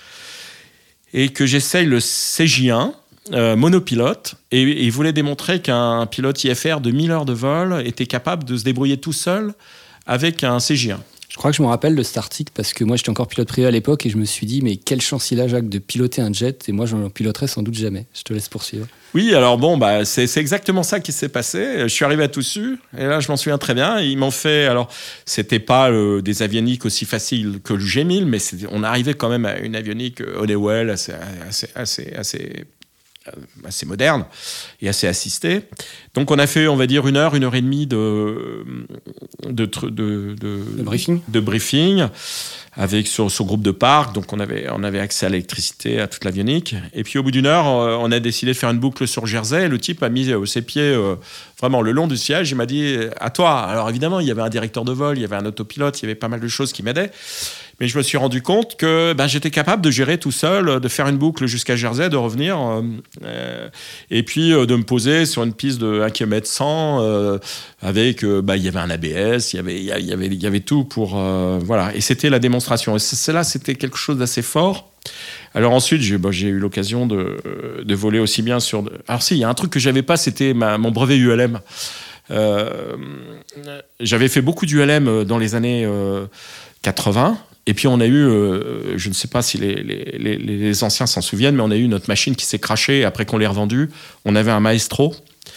et que j'essaye le C J un euh, monopilote. Et, et il voulait démontrer qu'un pilote I F R de mille heures de vol était capable de se débrouiller tout seul avec un C J un. Je crois que je me rappelle de cet article parce que moi j'étais encore pilote privé à l'époque et je me suis dit mais quelle chance il a Jacques de piloter un jet et moi j'en piloterai sans doute jamais. Je te laisse poursuivre. Oui, alors bon, bah, c'est, c'est exactement ça qui s'est passé. Je suis arrivé à Toussus, et là, je m'en souviens très bien. Ils m'ont fait, alors, c'était pas euh, des avioniques aussi faciles que le G mille, mais c'était, on arrivait quand même à une avionique Honeywell assez, assez, assez, assez, assez moderne et assez assistée. Donc, on a fait, on va dire, une heure, une heure et demie de, de, de, de, de, de briefing. De briefing. Avec sur ce groupe de parc, donc on avait, on avait accès à l'électricité, à toute l'avionique. Et puis au bout d'une heure, on a décidé de faire une boucle sur Jersey. Et le type a mis ses pieds euh, vraiment le long du siège. Il m'a dit « à toi ». Alors évidemment, il y avait un directeur de vol, il y avait un autopilote, il y avait pas mal de choses qui m'aidaient. Mais je me suis rendu compte que ben, j'étais capable de gérer tout seul, de faire une boucle jusqu'à Jersey, de revenir, euh, et puis euh, de me poser sur une piste de un kilomètre cent, euh, avec, euh, ben, il y avait un A B S, il y avait, il y avait, il y avait tout pour, euh, voilà. Et c'était la démonstration. Et c'est, là, c'était quelque chose d'assez fort. Alors ensuite, j'ai, ben, j'ai eu l'occasion de, de voler aussi bien sur... De... Alors si, il y a un truc que j'avais pas, c'était ma, mon brevet U L M. Euh, j'avais fait beaucoup d'U L M dans les années euh, quatre-vingts. Et puis on a eu, euh, je ne sais pas si les, les, les, les anciens s'en souviennent, mais on a eu notre machine qui s'est crashée après qu'on l'ait revendue. On avait un Maestro.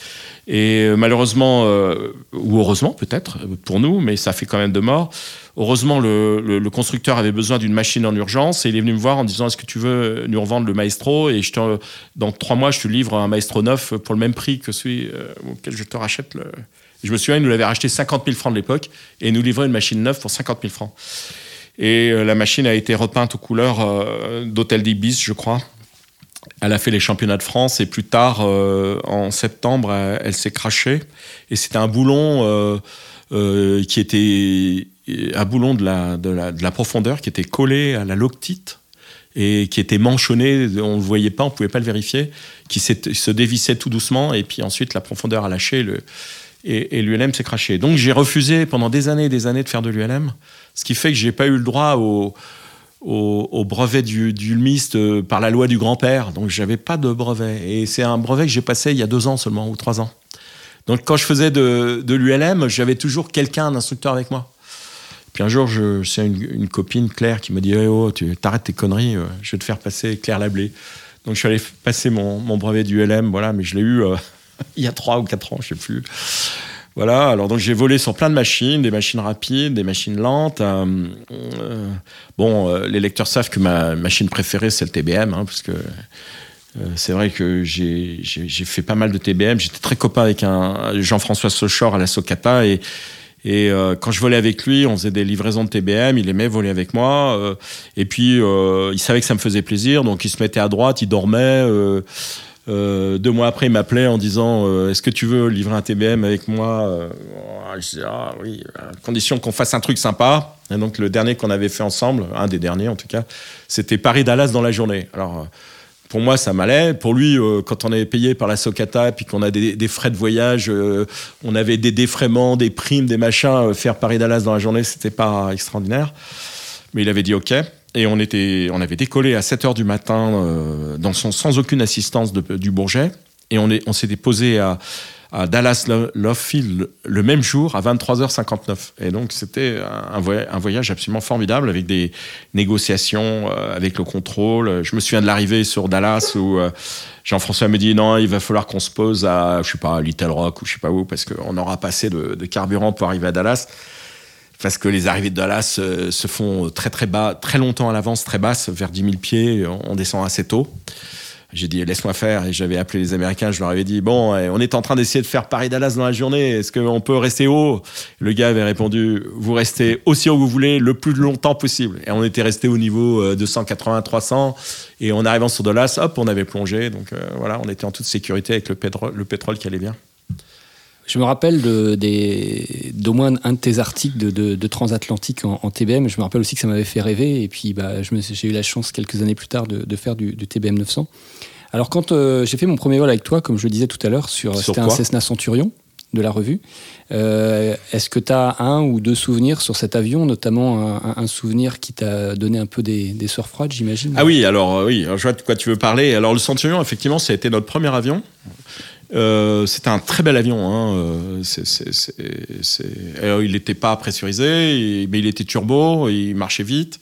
Et malheureusement, euh, ou heureusement peut-être pour nous, mais ça fait quand même de morts. Heureusement, le, le, le constructeur avait besoin d'une machine en urgence et il est venu me voir en disant « Est-ce que tu veux nous revendre le Maestro ?» Et je te, dans trois mois, je te livre un Maestro neuf pour le même prix que celui euh, auquel je te rachète. Le... Je me souviens, il nous l'avait racheté cinquante mille francs de l'époque et il nous livrait une machine neuve pour cinquante mille francs. Et euh, la machine a été repeinte aux couleurs euh, d'Hôtel d'Ibis, je crois. Elle a fait les championnats de France et plus tard, euh, en septembre, elle, elle s'est crachée. Et c'était un boulon euh, euh, qui était un boulon de la, de, la, de la profondeur qui était collé à la loctite et qui était manchonné. On ne le voyait pas, on ne pouvait pas le vérifier, qui se dévissait tout doucement. Et puis ensuite, la profondeur a lâché le, et, et l'U L M s'est craché. Donc j'ai refusé pendant des années et des années de faire de l'U L M, ce qui fait que je n'ai pas eu le droit au... Au, au brevet du, du hulmiste euh, par la loi du grand-père. Donc, je n'avais pas de brevet. Et c'est un brevet que j'ai passé il y a deux ans seulement, ou trois ans. Donc, quand je faisais de, de l'U L M, j'avais toujours quelqu'un, un instructeur avec moi. Puis un jour, je, c'est une, une copine, Claire, qui me dit hey, « Oh, tu t'arrêtes tes conneries, euh, je vais te faire passer Claire Lablé. » Donc, je suis allé passer mon, mon brevet du U L M, voilà, mais je l'ai eu euh, il y a trois ou quatre ans, je ne sais plus. Voilà, alors donc j'ai volé sur plein de machines, des machines rapides, des machines lentes. Euh, euh, bon, euh, les lecteurs savent que ma machine préférée, c'est le T B M, hein, parce que euh, c'est vrai que j'ai, j'ai, j'ai fait pas mal de T B M. J'étais très copain avec un Jean-François Sochor à la Socata, et, et euh, quand je volais avec lui, on faisait des livraisons de T B M, il aimait voler avec moi, euh, et puis euh, il savait que ça me faisait plaisir, donc il se mettait à droite, il dormait... Euh, Euh, deux mois après, il m'appelait en disant euh, « Est-ce que tu veux livrer un T B M avec moi ?» euh, Je disais « Ah oui, à condition qu'on fasse un truc sympa. » Et donc, le dernier qu'on avait fait ensemble, un des derniers en tout cas, c'était Paris-Dallas dans la journée. Alors, pour moi, ça m'allait. Pour lui, euh, quand on est payé par la Socata, puis qu'on a des, des frais de voyage, euh, on avait des défraiements, des primes, des machins, euh, faire Paris-Dallas dans la journée, c'était pas extraordinaire. Mais il avait dit « OK ». Et on, était, on avait décollé à sept heures du matin euh, dans son, sans aucune assistance de, du Bourget. Et on, est, on s'était posé à, à Dallas Love Field le, le même jour à vingt-trois heures cinquante-neuf. Et donc, c'était un voyage, un voyage absolument formidable avec des négociations, euh, avec le contrôle. Je me souviens de l'arrivée sur Dallas où euh, Jean-François me dit non, il va falloir qu'on se pose à, je sais pas, à Little Rock ou je sais pas où, parce qu'on aura pas assez de, de carburant pour arriver à Dallas. Parce que les arrivées de Dallas euh, se font très très bas, très longtemps à l'avance, très basses, vers dix mille pieds, on descend assez tôt. J'ai dit laisse-moi faire, et j'avais appelé les Américains, je leur avais dit bon, on est en train d'essayer de faire Paris-Dallas dans la journée, est-ce qu'on peut rester haut? Le gars avait répondu vous restez aussi haut que vous voulez, le plus longtemps possible. Et on était resté au niveau deux cent quatre-vingts trois cents, et en arrivant sur Dallas, hop, on avait plongé, donc euh, voilà, on était en toute sécurité avec le pétrole, le pétrole qui allait bien. Je me rappelle de, des, d'au moins un de tes articles de, de, de transatlantique en, en T B M. Je me rappelle aussi que ça m'avait fait rêver. Et puis, bah, je me, j'ai eu la chance, quelques années plus tard, de, de faire du, du T B M neuf cents. Alors, quand euh, j'ai fait mon premier vol avec toi, comme je le disais tout à l'heure, sur, sur c'était quoi? Un Cessna Centurion de la revue. Euh, est-ce que tu as un ou deux souvenirs sur cet avion, notamment un, un souvenir qui t'a donné un peu des, des sueurs froides, j'imagine? Ah oui, alors, euh, oui, alors, je vois de quoi tu veux parler. Alors, le Centurion, effectivement, ça a été notre premier avion. Euh, c'était un très bel avion. Hein. Euh, c'est, c'est, c'est, c'est... Alors, il n'était pas pressurisé, mais il était turbo, il marchait vite.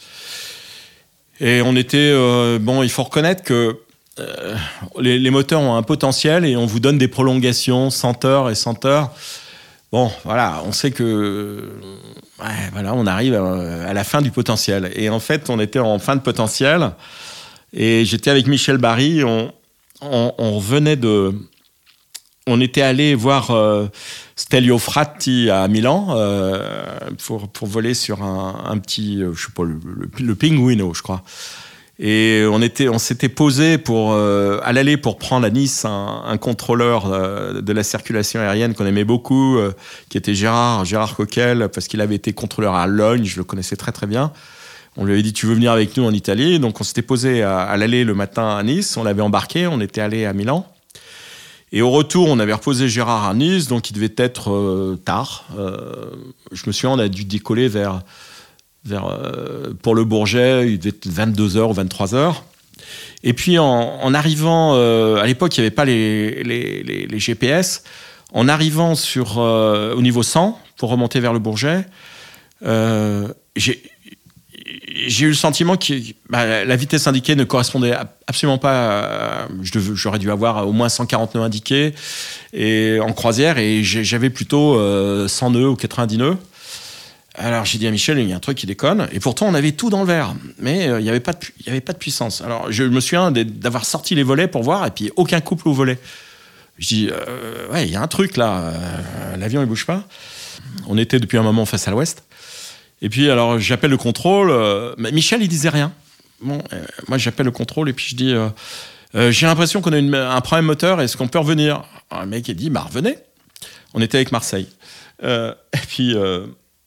Et on était... Euh, bon, il faut reconnaître que euh, les, les moteurs ont un potentiel et on vous donne des prolongations, cent heures et cent heures. Bon, voilà, on sait que... Ouais, voilà, on arrive à, à la fin du potentiel. Et en fait, on était en fin de potentiel. Et j'étais avec Michel Barry. On, on, on revenait de... On était allé voir euh, Stelvio Fratti à Milan euh, pour, pour voler sur un, un petit, euh, je sais pas, le, le, le Pinguino, je crois. Et on, était, on s'était posé pour, euh, à l'aller pour prendre à Nice un, un contrôleur euh, de la circulation aérienne qu'on aimait beaucoup, euh, qui était Gérard, Gérard Coquel, parce qu'il avait été contrôleur à Logne, je le connaissais très très bien. On lui avait dit, tu veux venir avec nous en Italie? Donc on s'était posé à, à l'aller le matin à Nice, on l'avait embarqué, on était allé à Milan. Et au retour, on avait reposé Gérard à Nice, donc il devait être euh, tard. Euh, je me souviens, on a dû décoller vers, vers euh, pour le Bourget, il devait être vingt-deux heures ou vingt-trois heures. Et puis en, en arrivant, euh, à l'époque, il n'y avait pas les, les, les, les G P S. en arrivant sur, euh, au niveau cent, pour remonter vers le Bourget, euh, j'ai, j'ai eu le sentiment que bah, la vitesse indiquée ne correspondait absolument pas à, je devais, j'aurais dû avoir au moins cent quarante nœuds indiqués et, en croisière, et j'avais plutôt euh, cent nœuds ou quatre-vingt-dix nœuds. Alors j'ai dit à Michel, il y a un truc qui déconne, et pourtant on avait tout dans le verre, mais euh, il n'y avait pas de, il y avait pas de puissance. Alors je me souviens d'avoir sorti les volets pour voir, et puis aucun couple au volet. Je dis, euh, ouais, il y a un truc là, euh, l'avion il bouge pas. On était depuis un moment face à l'ouest, et puis alors j'appelle le contrôle, euh, mais Michel il disait rien. Bon, euh, moi j'appelle le contrôle, et puis je dis, euh, euh, j'ai l'impression qu'on a une, un problème moteur, est-ce qu'on peut revenir? Alors, le mec il dit, bah revenez. On était avec Marseille, euh, et puis... Euh,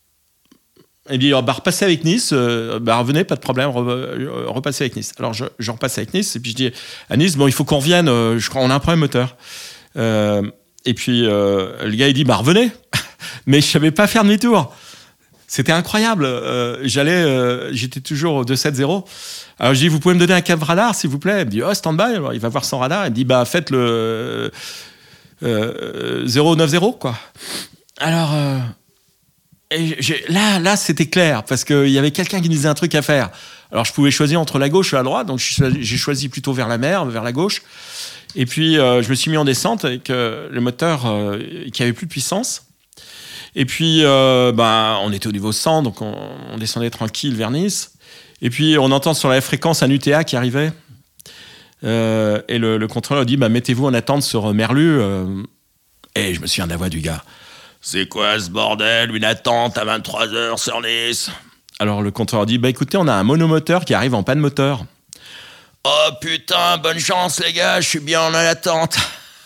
Et bien, bah, repassez avec Nice, euh, bah, revenez, pas de problème, re, euh, repassez avec Nice. Alors, je, je repasse avec Nice, et puis je dis à Nice, bon, il faut qu'on revienne, euh, je crois, on a un problème moteur. Euh, et puis, euh, le gars, il dit, bah, revenez. Mais je savais pas faire demi-tour. C'était incroyable. Euh, j'allais, euh, j'étais toujours au deux sept zéro. Alors, je dis, vous pouvez me donner un cap radar, s'il vous plaît? Il me dit, oh, stand-by. Alors, il va voir son radar, il me dit, bah, faites le euh, zéro neuf zéro, quoi. Alors, euh, Et j'ai, là, là, c'était clair, parce qu'il y avait quelqu'un qui me disait un truc à faire. Alors, je pouvais choisir entre la gauche et la droite, donc j'ai choisi plutôt vers la mer, vers la gauche. Et puis, euh, je me suis mis en descente avec euh, le moteur euh, qui avait plus de puissance. Et puis, euh, bah, on était au niveau cent, donc on, on descendait tranquille vers Nice. Et puis, on entend sur la fréquence un U T A qui arrivait. Euh, et le, le contrôleur dit, bah, mettez-vous en attente sur Merlu. Euh, et je me souviens de la voix du gars. C'est quoi ce bordel, une attente à vingt-trois heures sur Nice? Alors le contrôleur dit, bah écoutez, on a un monomoteur qui arrive en panne moteur. Oh putain, bonne chance les gars, je suis bien en attente.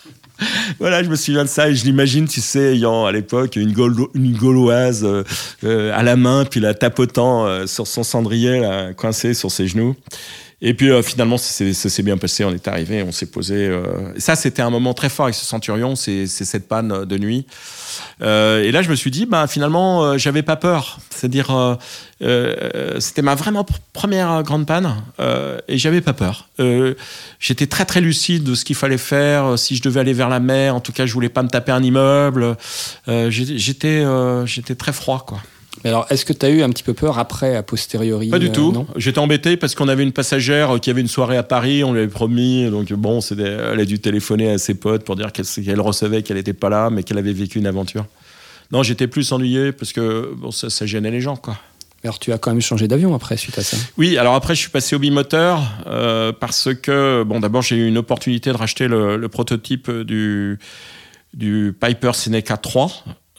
Voilà, je me souviens de ça, et je l'imagine, tu sais, ayant à l'époque une, Gaulo- une gauloise euh, euh, à la main, puis la tapotant euh, sur son cendrier, là, coincé sur ses genoux. Et puis euh, finalement, ça s'est, ça s'est bien passé, on est arrivé, on s'est posé. Euh... Et ça, c'était un moment très fort avec ce Centurion, c'est, c'est cette panne de nuit. Euh, et là, je me suis dit, bah, finalement, euh, j'avais pas peur. C'est-à-dire, euh, euh, c'était ma vraiment pr- première grande panne, euh, et j'avais pas peur. Euh, j'étais très très lucide de ce qu'il fallait faire. Si je devais aller vers la mer, en tout cas, je voulais pas me taper un immeuble. Euh, j'étais, euh, j'étais très froid, quoi. Mais alors, est-ce que tu as eu un petit peu peur après, a posteriori? Pas du euh, tout. Non, j'étais embêté parce qu'on avait une passagère qui avait une soirée à Paris, on lui avait promis, donc bon, c'était, elle a dû téléphoner à ses potes pour dire qu'elle, qu'elle recevait, qu'elle n'était pas là, mais qu'elle avait vécu une aventure. Non, j'étais plus ennuyé parce que bon, ça, ça gênait les gens, quoi. Alors, tu as quand même changé d'avion après, suite à ça? Oui, alors après, je suis passé au bimoteur euh, parce que, bon, d'abord, j'ai eu une opportunité de racheter le, le prototype du, du Piper Seneca trois.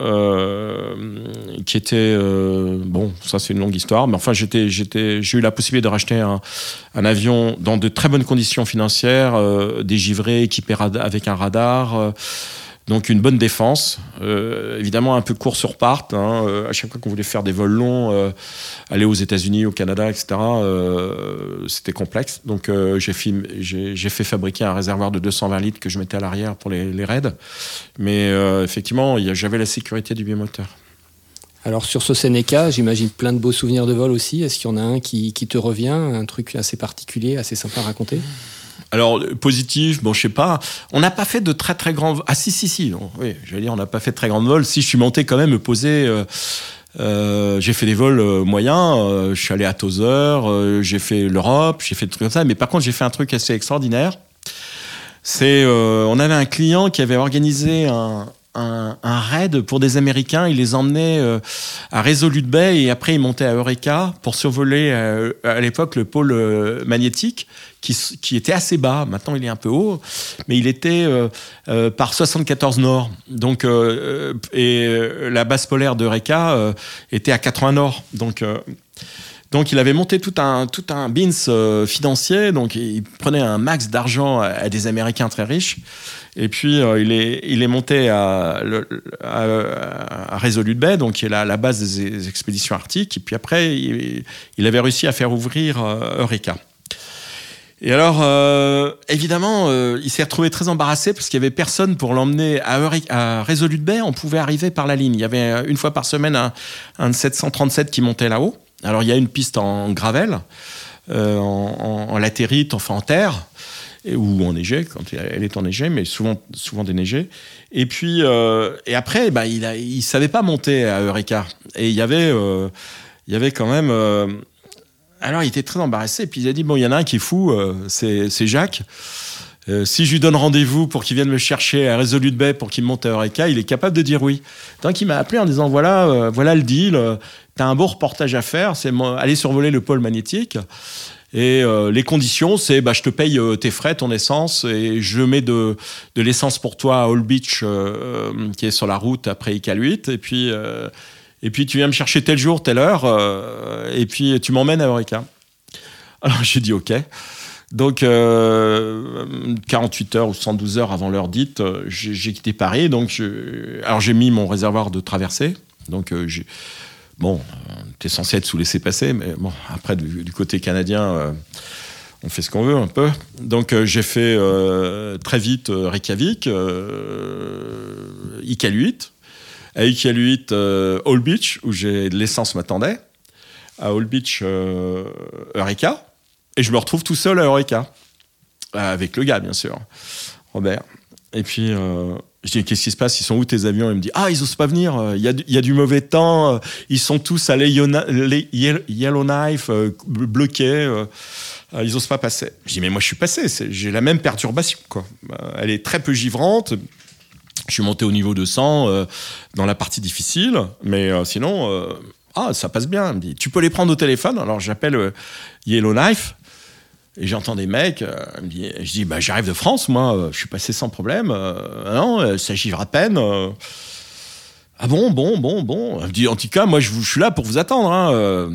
Euh, qui était euh, bon, ça c'est une longue histoire, mais enfin j'étais, j'étais, j'ai eu la possibilité de racheter un, un avion dans de très bonnes conditions financières, euh, dégivré, équipé rad- avec un radar, euh, donc une bonne défense, euh, évidemment un peu court sur part, hein, euh, à chaque fois qu'on voulait faire des vols longs, euh, aller aux États-Unis, au Canada, et cetera, euh, c'était complexe. Donc euh, j'ai, fait, j'ai, j'ai fait fabriquer un réservoir de deux cent vingt litres que je mettais à l'arrière pour les, les raids. Mais euh, effectivement, y a, j'avais la sécurité du bimoteur. Alors sur ce Seneca, j'imagine plein de beaux souvenirs de vol aussi. Est-ce qu'il y en a un qui, qui te revient, un truc assez particulier, assez sympa à raconter? Alors, positif, bon, je sais pas. On n'a pas fait de très, très grands... Ah, si, si, si. Non, oui, je vais dire, on n'a pas fait de très grands vols. Si, je suis monté quand même me poser... Euh, euh, j'ai fait des vols euh, moyens. Euh, je suis allé à Tozeur, euh, j'ai fait l'Europe, j'ai fait des trucs comme ça. Mais par contre, j'ai fait un truc assez extraordinaire. C'est... Euh, on avait un client qui avait organisé un... Un, un raid pour des Américains. Il les emmenait euh, à Resolute Bay et après il montait à Eureka pour survoler euh, à l'époque le pôle euh, magnétique qui, qui était assez bas. Maintenant il est un peu haut, mais il était euh, euh, par soixante-quatorze nord. Donc euh, et euh, la base polaire d'Eureka euh, était à quatre-vingts nord. Donc euh, Donc, il avait monté tout un, tout un bins euh, financier. Donc, il prenait un max d'argent à, à des Américains très riches. Et puis, euh, il, est, il est monté à, à, à Resolute Bay, donc qui est la, la base des, des expéditions arctiques. Et puis après, il, il avait réussi à faire ouvrir euh, Eureka. Et alors, euh, évidemment, euh, il s'est retrouvé très embarrassé parce qu'il n'y avait personne pour l'emmener à, Eureka, à Resolute Bay. On pouvait arriver par la ligne. Il y avait une fois par semaine un, un sept cent trente-sept qui montait là-haut. Alors, il y a une piste en gravel, euh, en, en, en latérite, enfin en terre. et, ou enneigé, quand elle est enneigée, mais souvent, souvent déneigée. Et puis, euh, et après, bah, il, a, il savait pas monter à Eureka. Et il y avait, euh, il y avait quand même. Euh, alors, il était très embarrassé. Et puis, il a dit bon, il y en a un qui est fou, euh, c'est, c'est Jacques. Euh, si je lui donne rendez-vous pour qu'il vienne me chercher à Resolute Bay pour qu'il monte à Eureka, il est capable de dire oui. Donc, il m'a appelé en disant voilà, euh, voilà le deal. Euh, t'as un beau reportage à faire, c'est aller survoler le pôle magnétique. Et euh, les conditions, c'est bah, je te paye euh, tes frais, ton essence, et je mets de, de l'essence pour toi à All Beach, euh, qui est sur la route après Iqaluit. Et puis, euh, et puis tu viens me chercher tel jour, telle heure, euh, et puis tu m'emmènes à Eureka. Alors j'ai dit OK. Donc euh, quarante-huit heures ou soixante-douze heures avant l'heure dite, j'ai, j'ai quitté Paris. Donc je, alors j'ai mis mon réservoir de traversée. Donc euh, j'ai Bon, t'es censé être sous laissez-passer, mais bon, après, du, du côté canadien, euh, on fait ce qu'on veut un peu. Donc, euh, j'ai fait euh, très vite euh, Reykjavik, euh, Iqaluit. À Iqaluit, euh, All Beach, où j'ai, l'essence m'attendait. À All Beach, euh, Eureka. Et je me retrouve tout seul à Eureka. Avec le gars, bien sûr, Robert. Et puis... Euh, je dis, qu'est-ce qui se passe? Ils sont où tes avions? Il me dit, ah, ils osent pas venir. Il y a, il y a du mauvais temps. Ils sont tous à Yellowknife, euh, bloqués. Euh, ils osent pas passer. Je dis, mais moi, je suis passé. C'est, j'ai la même perturbation, quoi. Elle est très peu givrante. Je suis monté au niveau deux cents euh, dans la partie difficile. Mais euh, sinon, euh, ah, ça passe bien. Il me dit, tu peux les prendre au téléphone? Alors, j'appelle euh, Yellowknife. Et j'entends des mecs, euh, je dis, bah, j'arrive de France, moi, euh, je suis passé sans problème. Euh, non, ça givre à peine. Euh. Ah bon, bon, bon, bon. Elle me dit, en tout cas, moi, je, je suis là pour vous attendre. Hein. Euh.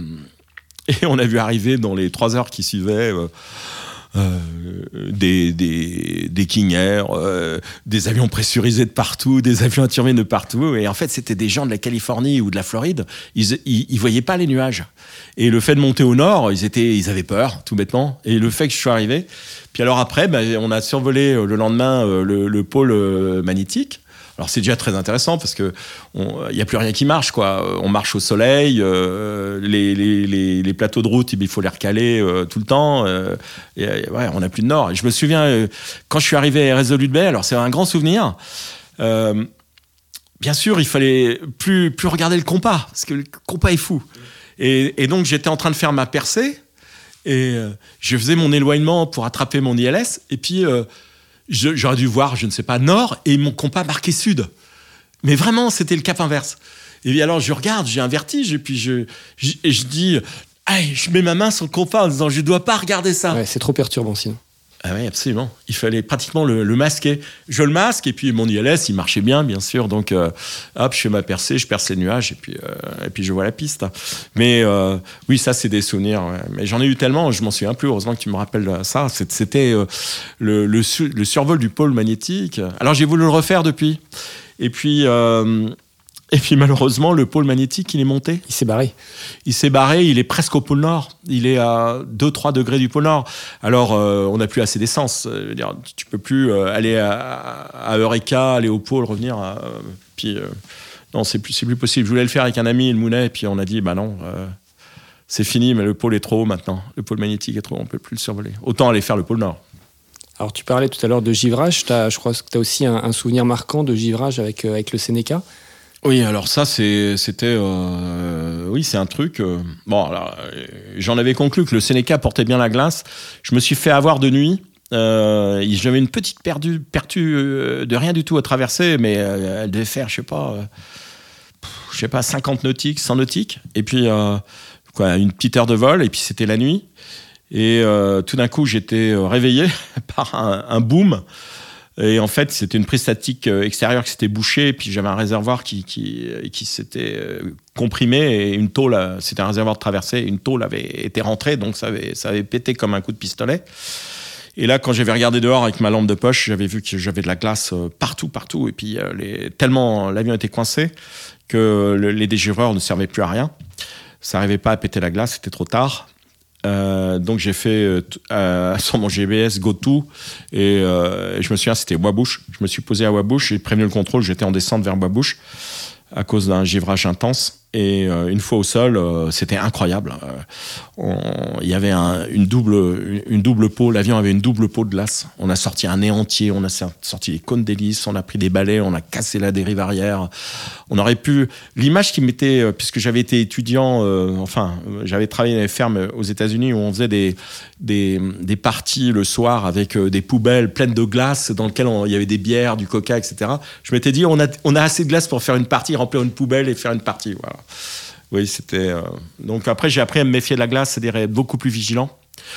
Et on a vu arriver dans les trois heures qui suivaient euh, euh, des, des, des King Air, euh, des avions pressurisés de partout, des avions à turbine de partout. Et en fait, c'était des gens de la Californie ou de la Floride. Ils, ils, ils voyaient pas les nuages. Et le fait de monter au nord, ils étaient, ils avaient peur, tout bêtement. Et le fait que je suis arrivé. Puis alors après, bah, on a survolé le lendemain le, le pôle magnétique. Alors c'est déjà très intéressant parce que il y a plus rien qui marche, quoi. On marche au soleil, euh, les, les, les, les plateaux de route, il faut les recaler euh, tout le temps. Euh, et, ouais, on n'a plus de nord. Et je me souviens euh, quand je suis arrivé à Resolute Bay, alors c'est un grand souvenir. Euh, bien sûr, il fallait plus plus regarder le compas parce que le compas est fou. Et, et donc j'étais en train de faire ma percée et euh, je faisais mon éloignement pour attraper mon I L S et puis euh, je, j'aurais dû voir, je ne sais pas, nord et mon compas marqué sud. Mais vraiment, c'était le cap inverse. Et alors je regarde, j'ai un vertige et puis je, je, et je dis, hey, je mets ma main sur le compas en disant, je ne dois pas regarder ça. Ouais, c'est trop perturbant sinon. Ah oui, absolument. Il fallait pratiquement le, le masquer. Je le masque et puis mon I L S, il marchait bien, bien sûr. Donc, euh, hop, je fais ma percée, je perce les nuages et puis, euh, et puis je vois la piste. Mais euh, oui, ça, c'est des souvenirs. Ouais. Mais j'en ai eu tellement, je m'en souviens plus. Heureusement que tu me rappelles ça. C'était euh, le, le, le survol du pôle magnétique. Alors, j'ai voulu le refaire depuis. Et puis... Euh, Et puis malheureusement, le pôle magnétique, il est monté. Il s'est barré. Il s'est barré, il est presque au pôle Nord. Il est à deux à trois degrés du pôle Nord. Alors, euh, on n'a plus assez d'essence. Je veux dire, tu ne peux plus euh, aller à, à Eureka, aller au pôle, revenir. À, euh, puis, euh, non, c'est plus, c'est plus possible. Je voulais le faire avec un ami, le Mounet, et puis on a dit, bah non, euh, c'est fini, mais le pôle est trop haut maintenant. Le pôle magnétique est trop haut, on ne peut plus le survoler. Autant aller faire le pôle Nord. Alors, tu parlais tout à l'heure de givrage. T'as, je crois que tu as aussi un, un souvenir marquant de givrage avec, euh, avec le Seneca. Oui, alors ça, c'est, c'était... Euh, oui, c'est un truc... Euh, bon, alors, euh, j'en avais conclu que le Seneca portait bien la glace. Je me suis fait avoir de nuit. Euh, j'avais une petite perdu, pertu euh, de rien du tout à traverser, mais euh, elle devait faire, je sais pas... Euh, je sais pas, cinquante nautiques, cent nautiques. Et puis, euh, quoi, une petite heure de vol, et puis c'était la nuit. Et euh, tout d'un coup, j'étais réveillé par un, un boom. Et en fait, c'était une prise statique extérieure qui s'était bouchée, et puis j'avais un réservoir qui, qui, qui s'était comprimé, et une tôle, c'était un réservoir de traversée, une tôle avait été rentrée, donc ça avait, ça avait pété comme un coup de pistolet. Et là, quand j'avais regardé dehors avec ma lampe de poche, j'avais vu que j'avais de la glace partout, partout, et puis les, tellement l'avion était coincé que le, les dégivreurs ne servaient plus à rien. Ça n'arrivait pas à péter la glace, c'était trop tard. Euh, donc j'ai fait euh, sur mon G P S GoTo et euh, je me souviens c'était Wabush. Je me suis posé à Wabush, j'ai prévenu le contrôle, j'étais en descente vers Wabush à cause d'un givrage intense Et euh, une fois au sol, euh, c'était incroyable. Euh, on, il y avait un, une double, une, une double peau. L'avion avait une double peau de glace. On a sorti un nez entier, on a sorti les cônes d'hélice, on a pris des balais, on a cassé la dérive arrière. On aurait pu. L'image qui m'était, euh, puisque j'avais été étudiant, euh, enfin, j'avais travaillé dans les fermes aux États-Unis où on faisait des des, des parties le soir avec euh, des poubelles pleines de glace dans lesquelles on, il y avait des bières, du coca, et cetera. Je m'étais dit, on a on a assez de glace pour faire une partie, remplir une poubelle et faire une partie. Voilà. Oui, c'était. Euh... Donc après, j'ai appris à me méfier de la glace, c'est-à-dire être beaucoup plus vigilant,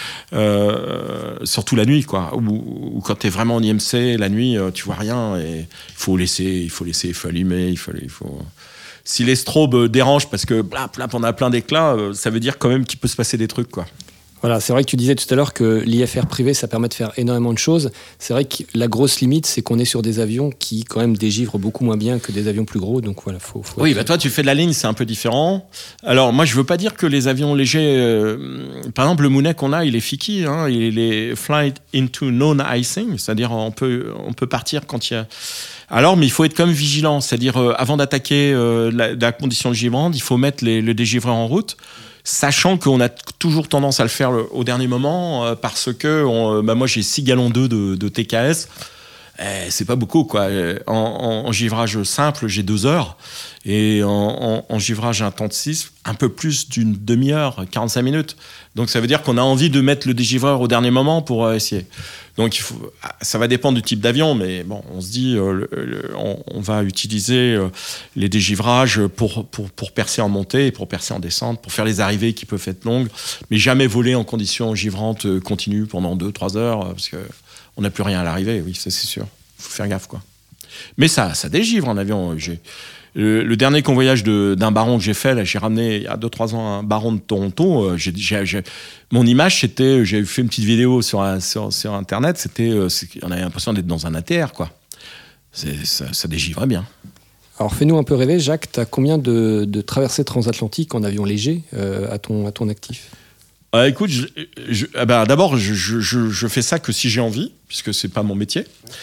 euh, surtout la nuit, quoi. Ou, ou quand t'es vraiment en I M C, la nuit, euh, tu vois rien et il faut laisser, il faut laisser, il faut allumer, il faut, il faut. Si les strobes dérangent parce que blap, blap, on a plein d'éclats, euh, ça veut dire quand même qu'il peut se passer des trucs, quoi. Voilà, c'est vrai que tu disais tout à l'heure que l'I F R privé, ça permet de faire énormément de choses. C'est vrai que la grosse limite, c'est qu'on est sur des avions qui, quand même, dégivrent beaucoup moins bien que des avions plus gros. Donc voilà, faut. faut oui, bah toi, tu fais de la ligne, c'est un peu différent. Alors, moi, je veux pas dire que les avions légers, euh, par exemple, le Mounet qu'on a, il est fiki, hein, il est flight into non-icing, c'est-à-dire on peut, on peut partir quand il y a. Alors, mais il faut être quand même vigilant, c'est-à-dire euh, avant d'attaquer euh, la, la condition givrante, il faut mettre les, le dégivreur en route. Sachant qu'on a toujours tendance à le faire au dernier moment, euh, parce que on, bah moi j'ai six gallons d'eau de, de T K S, eh, c'est pas beaucoup, quoi. En, en, en givrage simple, j'ai deux heures, et en, en, en givrage intensif, un peu plus d'une demi-heure, quarante-cinq minutes. Donc ça veut dire qu'on a envie de mettre le dégivreur au dernier moment pour euh, essayer. Donc il faut, ça va dépendre du type d'avion, mais bon, on se dit, euh, le, le, on, on va utiliser euh, les dégivrages pour, pour, pour percer en montée et pour percer en descente, pour faire les arrivées qui peuvent être longues, mais jamais voler en conditions givrantes euh, continues pendant deux trois heures, euh, parce qu'on n'a plus rien à l'arrivée, oui, ça c'est sûr. Il faut faire gaffe, quoi. Mais ça, ça dégivre en avion. J'ai, le, le dernier convoyage de, d'un baron que j'ai fait, là, j'ai ramené il y a deux trois ans un baron de Toronto. Euh, j'ai, j'ai, j'ai, mon image, c'était, j'ai fait une petite vidéo sur, sur, sur Internet, c'était, euh, c'est, on avait l'impression d'être dans un A T R, quoi. C'est, ça, ça dégivrait bien. Alors fais-nous un peu rêver, Jacques, tu as combien de, de traversées transatlantiques en avion léger euh, à, ton, à ton actif ? Euh, écoute, je, je, bah, d'abord, je, je, je, je fais ça que si j'ai envie, puisque c'est pas mon métier.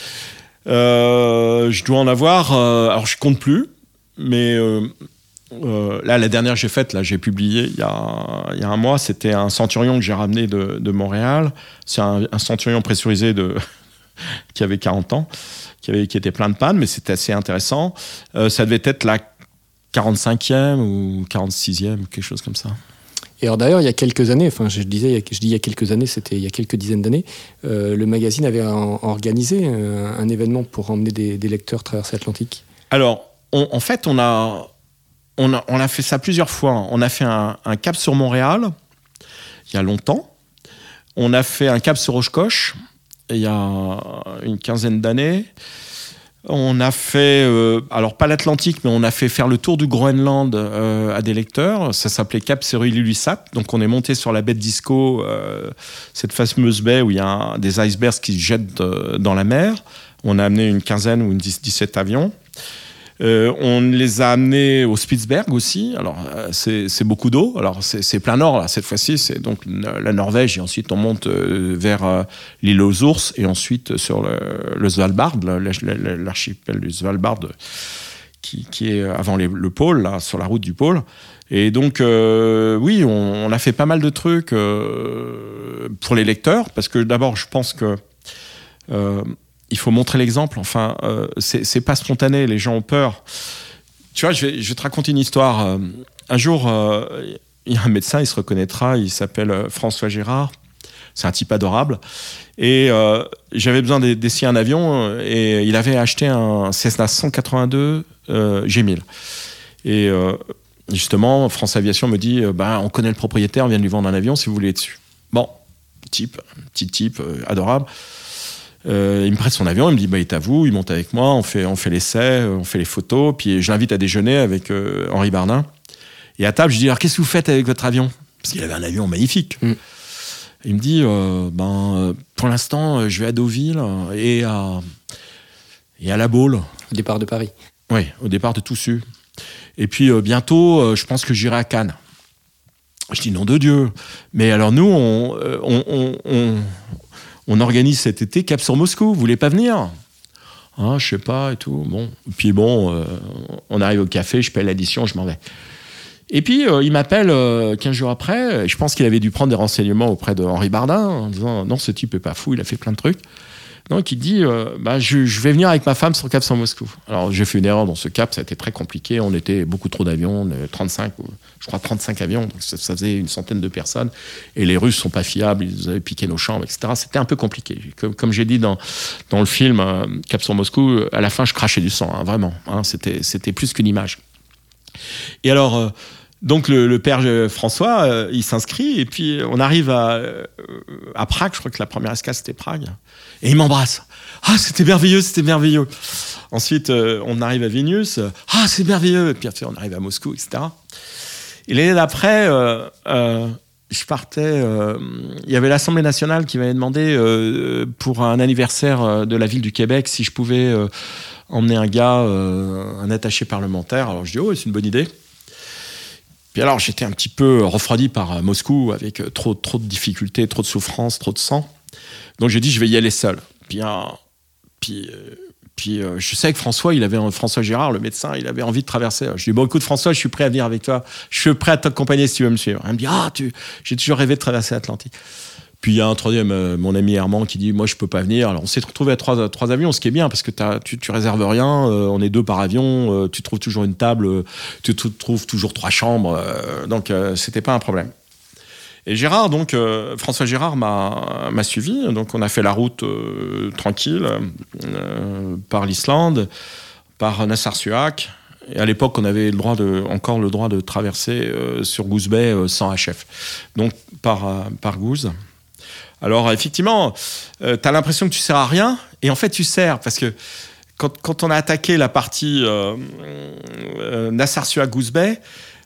Euh, je dois en avoir, euh, alors je compte plus, mais euh, euh, là, la dernière que j'ai faite, là, j'ai publié il y a, il y a un mois, c'était un Centurion que j'ai ramené de, de Montréal. C'est un, un Centurion pressurisé de, qui avait quarante ans, qui, avait, qui était plein de pannes, mais c'était assez intéressant. Euh, ça devait être la quarante-cinquième ou quarante-sixième, quelque chose comme ça. Et alors d'ailleurs, il y a quelques années, enfin je disais, je dis il y a quelques années, c'était il y a quelques dizaines d'années, euh, le magazine avait en, organisé un, un événement pour emmener des, des lecteurs traverser l'Atlantique. Alors, on, en fait, on a, on, a, on a fait ça plusieurs fois. On a fait un, un cap sur Montréal, il y a longtemps. On a fait un cap sur Oshkosh, il y a une quinzaine d'années. On a fait, euh, alors pas l'Atlantique, mais on a fait faire le tour du Groenland euh, à des lecteurs. Ça s'appelait Cap Seru-Ilulissat. Donc on est monté sur la baie de Disko, euh, cette fameuse baie où il y a un, des icebergs qui se jettent euh, dans la mer. On a amené une quinzaine ou une dix, dix-sept avions. Euh, on les a amenés au Spitzberg aussi. Alors euh, c'est, c'est beaucoup d'eau. Alors c'est, c'est plein nord là cette fois-ci. C'est donc la Norvège et ensuite on monte euh, vers euh, l'île aux ours et ensuite sur le, le Svalbard, le, le, l'archipel du Svalbard qui, qui est avant les, le pôle là, sur la route du pôle. Et donc euh, oui, on, on a fait pas mal de trucs euh, pour les lecteurs parce que d'abord je pense que euh, il faut montrer l'exemple. Enfin, euh, c'est, c'est pas spontané. Les gens ont peur. Tu vois, je vais, je vais te raconter une histoire. Euh, un jour, euh, il y a un médecin, il se reconnaîtra. Il s'appelle François Gérard. C'est un type adorable. Et euh, j'avais besoin d'essayer un avion. Et il avait acheté un Cessna cent quatre-vingt-deux euh, G mille. Et euh, justement, France Aviation me dit, euh, bah, on connaît le propriétaire, on vient de lui vendre un avion si vous voulez dessus. Bon, type, petit type, euh, adorable. Euh, il me prête son avion, il me dit bah, il est à vous, il monte avec moi, on fait, on fait l'essai, on fait les photos, puis je l'invite à déjeuner avec euh, Henri Bardin. Et à table, je dis alors qu'est-ce que vous faites avec votre avion ? Parce qu'il avait un avion magnifique. Mm. Il me dit euh, ben, pour l'instant, je vais à Deauville et à, et à La Baule. Au départ de Paris. Oui, au départ de Toussus. Et puis euh, bientôt, euh, je pense que j'irai à Cannes. Je dis nom de Dieu. Mais alors nous, on. on, on, on On organise cet été Cap sur Moscou. Vous voulez pas venir ? Ah, je sais pas et tout. Bon, puis bon, euh, on arrive au café, je paye l'addition, je m'en vais. Et puis, euh, il m'appelle euh, quinze jours après. Je pense qu'il avait dû prendre des renseignements auprès de Henri Bardin en disant « Non, ce type est pas fou, il a fait plein de trucs. » Donc, il dit euh, bah, je, je vais venir avec ma femme sur Cap San Moscou. Alors, j'ai fait une erreur dans ce cap, ça a été très compliqué. On était beaucoup trop d'avions, trente-cinq, je crois trente-cinq avions, donc ça, ça faisait une centaine de personnes. Et les Russes sont pas fiables, ils avaient piqué nos chambres, et cetera. C'était un peu compliqué. Comme, comme j'ai dit dans, dans le film euh, Cap San Moscou, à la fin, je crachais du sang, hein, vraiment. Hein, c'était, c'était plus qu'une image. Et alors. Euh, Donc le, le père François, euh, il s'inscrit et puis on arrive à, euh, à Prague, je crois que la première escale c'était Prague, et il m'embrasse. Ah, c'était merveilleux, c'était merveilleux. Ensuite, euh, on arrive à Vilnius. Ah, c'est merveilleux. Et puis après, on arrive à Moscou, et cetera. Et l'année d'après, euh, euh, je partais. Euh, il y avait l'Assemblée nationale qui m'avait demandé euh, pour un anniversaire de la ville du Québec si je pouvais euh, emmener un gars, euh, un attaché parlementaire. Alors je dis oh, c'est une bonne idée. Puis alors, j'étais un petit peu refroidi par Moscou, avec trop, trop de difficultés, trop de souffrances, trop de sang. Donc j'ai dit, je vais y aller seul. Puis, euh, puis, euh, puis euh, je sais que François, il avait, François Gérard, le médecin, il avait envie de traverser. Je lui ai dit, bon, écoute, François, je suis prêt à venir avec toi. Je suis prêt à t'accompagner si tu veux me suivre. Il me dit, ah, tu, j'ai toujours rêvé de traverser l'Atlantique. Puis il y a un troisième, euh, mon ami Herman, qui dit, moi, je peux pas venir. Alors on s'est retrouvé à trois, trois avions, ce qui est bien, parce que t'as, tu, tu réserves rien. Euh, on est deux par avion. Euh, tu trouves toujours une table. Euh, tu t- trouves toujours trois chambres. Euh, donc euh, c'était pas un problème. Et Gérard, donc euh, François Gérard m'a, m'a suivi. Donc on a fait la route euh, tranquille euh, par l'Islande, par Nassar-Suak. Et à l'époque, on avait le droit de, encore le droit de traverser euh, sur Goose Bay euh, sans H F. Donc par euh, par Goose. Alors, effectivement, euh, tu as l'impression que tu sers à rien, et en fait, tu sers, parce que quand, quand on a attaqué la partie euh, euh, Nassar-Suak Goose Bay,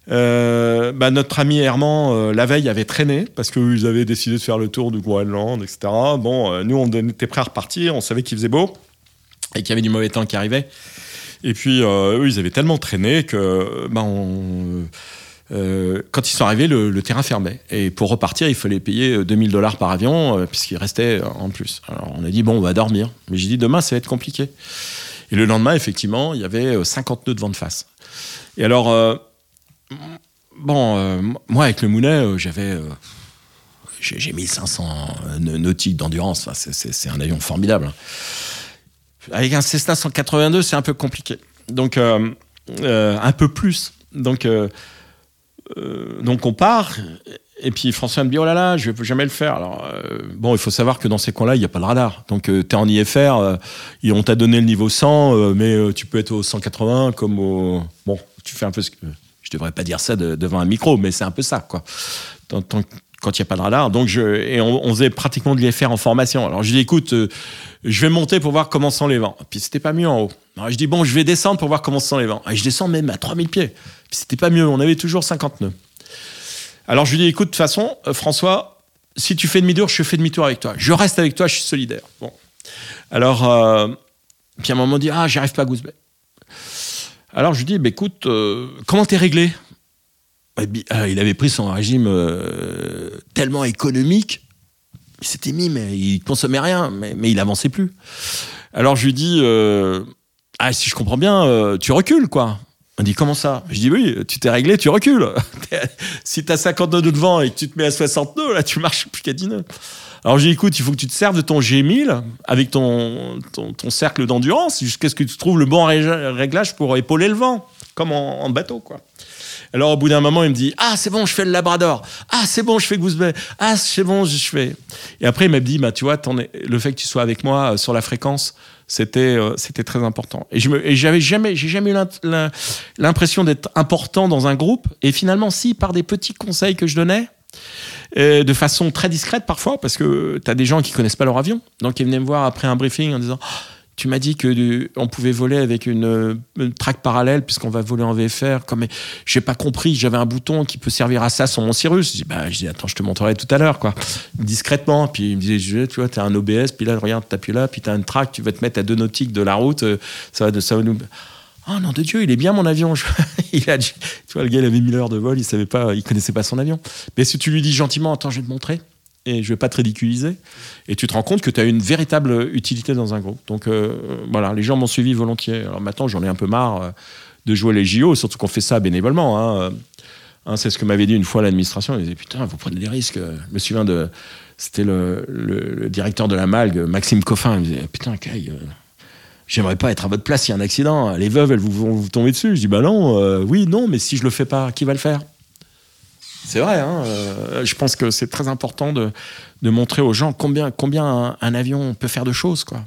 euh, bah, notre ami Herman, euh, la veille, avait traîné, parce qu'ils avaient décidé de faire le tour du Groenland, et cetera. Bon, euh, nous, on était prêts à repartir, on savait qu'il faisait beau, et qu'il y avait du mauvais temps qui arrivait. Et puis, euh, eux, ils avaient tellement traîné que, bah, on... Euh, quand ils sont arrivés, le, le terrain fermait. Et pour repartir, il fallait payer deux mille dollars par avion, euh, puisqu'il restait en plus. Alors on a dit, bon, on va dormir. Mais j'ai dit, demain, ça va être compliqué. Et le lendemain, effectivement, il y avait cinquante nœuds de vent de face. Et alors, euh, bon, euh, moi, avec le Mounet, euh, j'avais... Euh, j'ai, j'ai mille cinq cents nautiques d'endurance. Enfin, c'est, c'est, c'est un avion formidable. Avec un Cessna cent quatre-vingt-deux, c'est un peu compliqué. Donc, euh, euh, un peu plus. Donc... Euh, Euh, donc on part, et puis François me dit oh là là, je vais jamais le faire. Alors euh, bon, il faut savoir que dans ces coins-là, il n'y a pas de radar. Donc euh, t'es en I F R, euh, et on t'a donné le niveau cent, euh, mais euh, tu peux être au cent quatre-vingts comme au bon, tu fais un peu ce que je devrais pas dire ça de, devant un micro, mais c'est un peu ça quoi. Tant, tant, quand il n'y a pas de radar. Donc je et on, on faisait pratiquement de l'I F R en formation. Alors je dis écoute, euh, je vais monter pour voir comment sont les vents. Puis c'était pas mieux en haut. Alors je dis bon, je vais descendre pour voir comment sont les vents. Et je descends même à trois mille pieds. Puis c'était pas mieux, on avait toujours cinquante nœuds. Alors je lui dis écoute, de toute façon, euh, François, si tu fais demi-tour, je fais demi-tour avec toi. Je reste avec toi, je suis solidaire. Bon. Alors, euh, puis à un moment, on dit ah, j'y arrive pas à Goose Bay. Alors je lui dis bah, écoute, euh, comment t'es réglé? Il avait pris son régime euh, tellement économique, il s'était mis, mais il consommait rien, mais, mais il avançait plus. Alors je lui dis, euh, ah, si je comprends bien, euh, tu recules, quoi. On dit, comment ça? Je dis, oui, tu t'es réglé, tu recules. Si t'as cinquante nœuds de vent et que tu te mets à soixante nœuds, là, tu marches plus qu'à dix nœuds. Alors j'ai dit, écoute, il faut que tu te serves de ton G mille avec ton, ton, ton cercle d'endurance jusqu'à ce que tu trouves le bon réglage pour épauler le vent, comme en, en bateau, quoi. Alors, au bout d'un moment, il me dit « Ah, c'est bon, je fais le Labrador. Ah, c'est bon, je fais Goose Bay. Ah, c'est bon, je fais... » Et après, il m'a dit bah, « Tu vois, es... le fait que tu sois avec moi euh, sur la fréquence, c'était, euh, c'était très important. » Et, je me... et j'avais jamais, j'ai jamais eu l'in... l'impression d'être important dans un groupe. Et finalement, si, par des petits conseils que je donnais, euh, de façon très discrète parfois, parce que tu as des gens qui connaissent pas leur avion. Donc, ils venaient me voir après un briefing en disant oh, « Tu m'as dit qu'on pouvait voler avec une, une track parallèle puisqu'on va voler en V F R. Comme, j'ai pas compris, j'avais un bouton qui peut servir à ça sur mon Cirrus. » Je dis, bah, je dis attends, je te montrerai tout à l'heure, quoi. Discrètement. Puis il me disait, tu vois, t'as un O B S, puis là, regarde, t'appuies là, puis t'as une track, tu vas te mettre à deux nautiques de la route. Ça va, de, ça va nous... Oh nom de Dieu, il est bien mon avion. il a, tu vois, le gars, il avait mille heures de vol, il savait pas, il connaissait pas son avion. Mais si tu lui dis gentiment, attends, je vais te montrer. Et je vais pas te ridiculiser. Et tu te rends compte que tu as une véritable utilité dans un groupe. Donc euh, voilà, les gens m'ont suivi volontiers. Alors maintenant, j'en ai un peu marre euh, de jouer les J O, surtout qu'on fait ça bénévolement. Hein. Hein, c'est ce que m'avait dit une fois l'administration. Ils disaient, putain, vous prenez des risques. Je me souviens de... C'était le, le, le directeur de la Malgue, Maxime Coffin. Il me disait, putain, Kay, euh, j'aimerais pas être à votre place, il y a un accident. Les veuves, elles vous vont vous tomber dessus. Je dis, bah non, euh, oui, non, mais si je le fais pas, qui va le faire? C'est vrai, hein, euh, je pense que c'est très important de, de montrer aux gens combien, combien un, un avion peut faire de choses, quoi.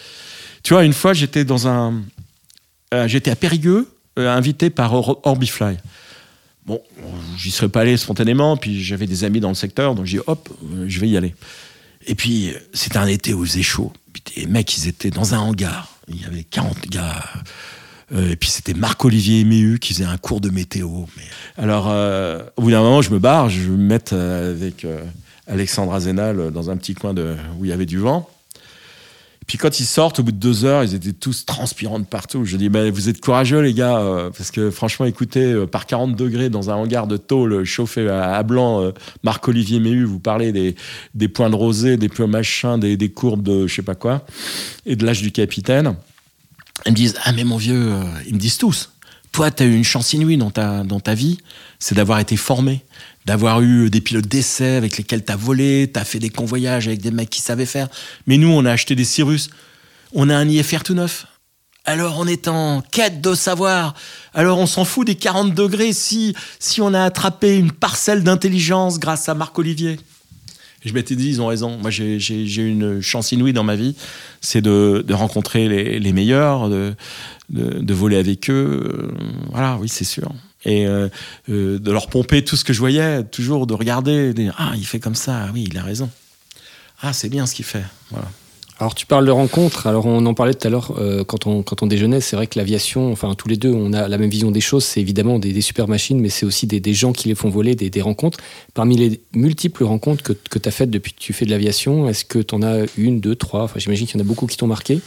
Tu vois, une fois, j'étais dans un... Euh, j'étais à Périgueux, euh, invité par Or- Orbifly. Bon, j'y serais pas allé spontanément, puis j'avais des amis dans le secteur, donc j'ai dit, hop, euh, je vais y aller. Et puis, c'était un été où il faisait chaud. Puis les mecs, ils étaient dans un hangar. Il y avait quarante gars. Euh, et puis, c'était Marc-Olivier Méhu qui faisait un cours de météo. Mais... Alors, euh, au bout d'un moment, je me barre, je vais me mettre euh, avec euh, Alexandre Azenal dans un petit coin de, où il y avait du vent. Puis quand ils sortent, au bout de deux heures, ils étaient tous transpirants de partout. Je dis, bah, vous êtes courageux, les gars, euh, parce que franchement, écoutez, euh, par quarante degrés dans un hangar de tôle chauffé à, à blanc, euh, Marc-Olivier Méhu, vous parlez des, des points de rosée, des points machins, des, des courbes de je sais pas quoi, et de l'âge du capitaine. Ils me disent, ah mais mon vieux, euh, ils me disent tous, toi, tu as eu une chance inouïe dans ta, dans ta vie, c'est d'avoir été formé, d'avoir eu des pilotes d'essai avec lesquels tu as volé, tu as fait des convoyages avec des mecs qui savaient faire. Mais nous, on a acheté des Cirrus. On a un I F R tout neuf. Alors, on est en quête de savoir. Alors, on s'en fout des quarante degrés si, si on a attrapé une parcelle d'intelligence grâce à Marc-Olivier. Et je m'étais dit, ils ont raison. Moi, j'ai, j'ai, j'ai une chance inouïe dans ma vie. C'est de, de rencontrer les, les meilleurs, de, de, de voler avec eux. Voilà, oui, c'est sûr. Et euh, euh, de leur pomper tout ce que je voyais, toujours de regarder, de dire, ah, il fait comme ça, oui, il a raison. Ah, c'est bien ce qu'il fait. Voilà. Alors, tu parles de rencontres. Alors, on en parlait tout à l'heure euh, quand, on, quand on déjeunait. C'est vrai que l'aviation, enfin, tous les deux, on a la même vision des choses. C'est évidemment des, des super machines, mais c'est aussi des, des gens qui les font voler, des, des rencontres. Parmi les multiples rencontres que, que tu as faites depuis que tu fais de l'aviation, est-ce que tu en as une, deux, trois? Enfin, j'imagine qu'il y en a beaucoup qui t'ont marqué.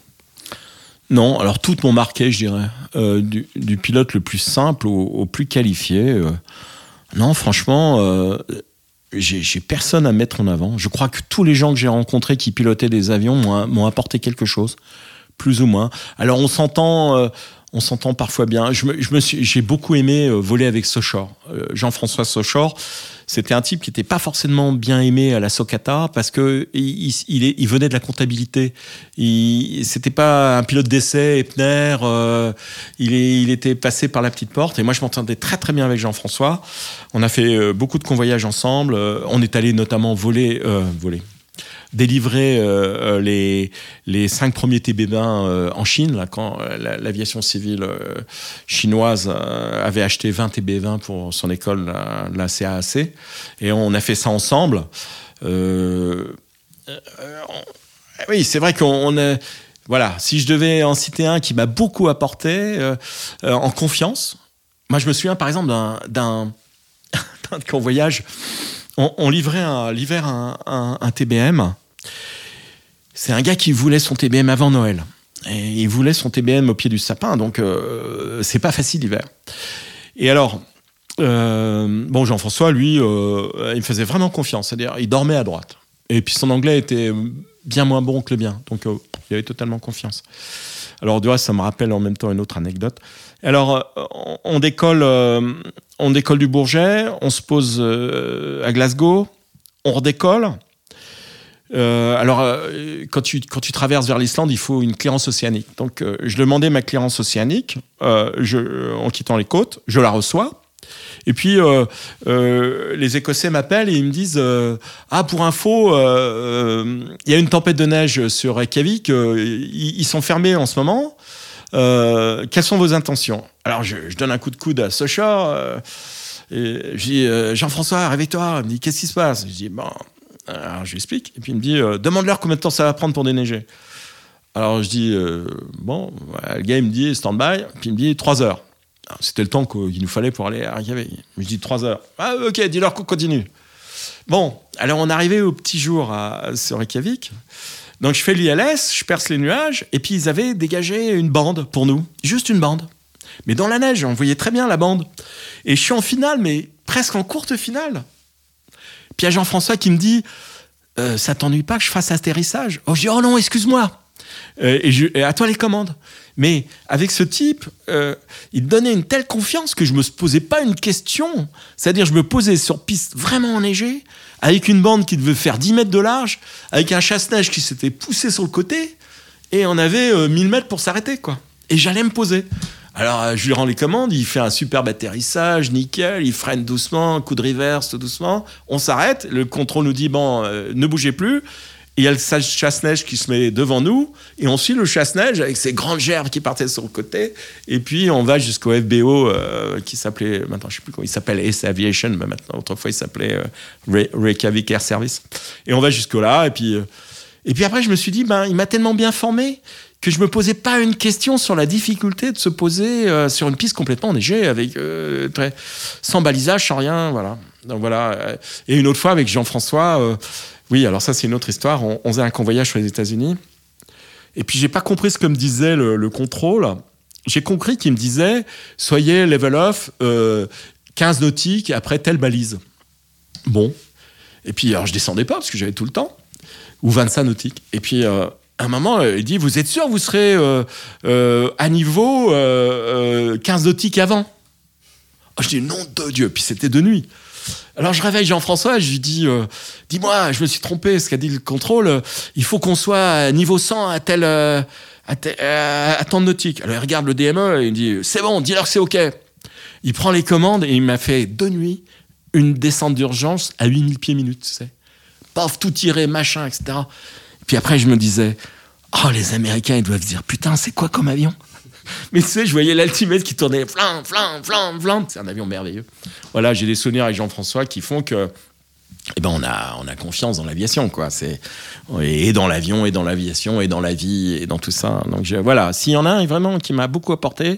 Non, alors toutes m'ont marqué, je dirais. Euh, du, du pilote le plus simple au, au plus qualifié. Euh, non, franchement, euh, j'ai, j'ai personne à mettre en avant. Je crois que tous les gens que j'ai rencontrés qui pilotaient des avions m'ont, m'ont apporté quelque chose, plus ou moins. Alors on s'entend, euh, on s'entend parfois bien. Je me, je me suis, j'ai beaucoup aimé euh, voler avec Sochor. Euh, Jean-François Sochor, c'était un type qui n'était pas forcément bien aimé à la Socata parce que il, il, il venait de la comptabilité. Il, c'était pas un pilote d'essai, Epner. Euh, il, est, il était passé par la petite porte. Et moi, je m'entendais très très bien avec Jean-François. On a fait euh, beaucoup de convoyages ensemble. Euh, on est allé notamment voler, euh, voler. délivrer euh, les, les cinq premiers T B vingt euh, en Chine, là, quand euh, la, l'aviation civile euh, chinoise euh, avait acheté vingt T B vingt pour son école, la, la C A A C. Et on a fait ça ensemble. Euh, euh, on, oui, c'est vrai qu'on on a... Voilà, si je devais en citer un qui m'a beaucoup apporté euh, euh, en confiance, moi je me souviens par exemple d'un, d'un, d'un convoyage. On, on livrait un, l'hiver un, un, un T B M. C'est un gars qui voulait son T B M avant Noël. Et il voulait son T B M au pied du sapin, donc euh, c'est pas facile l'hiver. Et alors, euh, bon, Jean-François, lui, euh, il me faisait vraiment confiance. C'est-à-dire, il dormait à droite. Et puis son anglais était bien moins bon que le mien. Donc, euh, il avait totalement confiance. Alors, du reste, ça me rappelle en même temps une autre anecdote. Alors, on, on décolle... Euh, On décolle du Bourget, on se pose euh, à Glasgow, on redécolle. Euh, alors, euh, quand, tu, quand tu traverses vers l'Islande, il faut une clearance océanique. Donc, euh, je demandais ma clearance océanique euh, je, en quittant les côtes. Je la reçois. Et puis, euh, euh, les Écossais m'appellent et ils me disent euh, « Ah, pour info, il euh, euh, y a une tempête de neige sur Reykjavik. Euh, ils, ils sont fermés en ce moment. Euh, quelles sont vos intentions ?» Alors, je, je donne un coup de coude à Sochor. Euh, et je dis euh, « Jean-François, réveille-toi. » Il me dit « Qu'est-ce qui se passe ?» Je dis « Bon, alors je lui explique. » Et puis il me dit euh, « Demande-leur combien de temps ça va prendre pour déneiger. » Alors je dis euh, « Bon, ouais. » Le gars il me dit « Stand-by. » Puis il me dit « Trois heures. » Alors, c'était le temps qu'il nous fallait pour aller à Reykjavik. Je dis « Trois heures. » Ah ok, dis-leur qu'on continue. Bon, alors on est arrivé au petit jour à, sur Reykjavik. Donc je fais l'I L S, je perce les nuages, et puis ils avaient dégagé une bande pour nous, juste une bande. Mais dans la neige, on voyait très bien la bande. Et je suis en finale, mais presque en courte finale. Puis il y a Jean-François qui me dit euh, « Ça t'ennuie pas que je fasse atterrissage ?» Oh, je dis « Oh non, excuse-moi euh, !» et, je, et à toi les commandes. Mais avec ce type, euh, il donnait une telle confiance que je me posais pas une question. C'est-à-dire, je me posais sur piste vraiment enneigée, avec une bande qui devait faire dix mètres de large, avec un chasse-neige qui s'était poussé sur le côté, et on avait euh, mille mètres pour s'arrêter, quoi. Et j'allais me poser. Alors, je lui rends les commandes, il fait un superbe atterrissage, nickel, il freine doucement, coup de reverse, tout doucement. On s'arrête, le contrôle nous dit, bon, euh, ne bougez plus. Et il y a le chasse-neige qui se met devant nous, et on suit le chasse-neige avec ses grandes gerbes qui partaient sur le côté, et puis on va jusqu'au F B O, euh, qui s'appelait, maintenant je sais plus comment, il s'appelle Ace Aviation, mais maintenant, autrefois il s'appelait euh, Ray- Reykjavik Air Service. Et on va jusque-là, et puis, euh, et puis après je me suis dit, ben, il m'a tellement bien formé que je me posais pas une question sur la difficulté de se poser euh, sur une piste complètement enneigée, avec, euh, très, sans balisage, sans rien, voilà. Donc voilà. Et une autre fois avec Jean-François, euh, oui, alors ça c'est une autre histoire, on, on faisait un convoyage sur les États-Unis, et puis j'ai pas compris ce que me disait le, le contrôle. J'ai compris qu'il me disait, soyez level off, euh, quinze nautiques après telle balise. Bon. Et puis alors je descendais pas, parce que j'avais tout le temps, ou vingt-cinq nautiques. Et puis... Euh, à un moment, il dit, vous êtes sûr vous serez euh, euh, à niveau euh, euh, quinze nautiques avant? Oh, je dis, nom de Dieu. Puis c'était de nuit. Alors je réveille Jean-François, je lui dis, euh, dis-moi, je me suis trompé, ce qu'a dit le contrôle, euh, il faut qu'on soit à niveau cent à tel, euh, à, tel euh, à tant de nautiques. Alors il regarde le D M E et il dit, c'est bon, dis-leur que c'est OK. Il prend les commandes et il m'a fait de nuit une descente d'urgence à huit mille pieds minutes, tu sais. Paf, tout tiré, machin, et cetera. Puis après, je me disais, oh, les Américains, ils doivent se dire, putain, c'est quoi comme avion? Mais tu sais, je voyais l'altimètre qui tournait, flam, flam, flam, flam. C'est un avion merveilleux. Voilà, j'ai des souvenirs avec Jean-François qui font que, eh ben, on a, on a confiance dans l'aviation, quoi. C'est, et dans l'avion, et dans l'aviation, et dans la vie, et dans tout ça. Donc je, voilà, s'il y en a un vraiment qui m'a beaucoup apporté,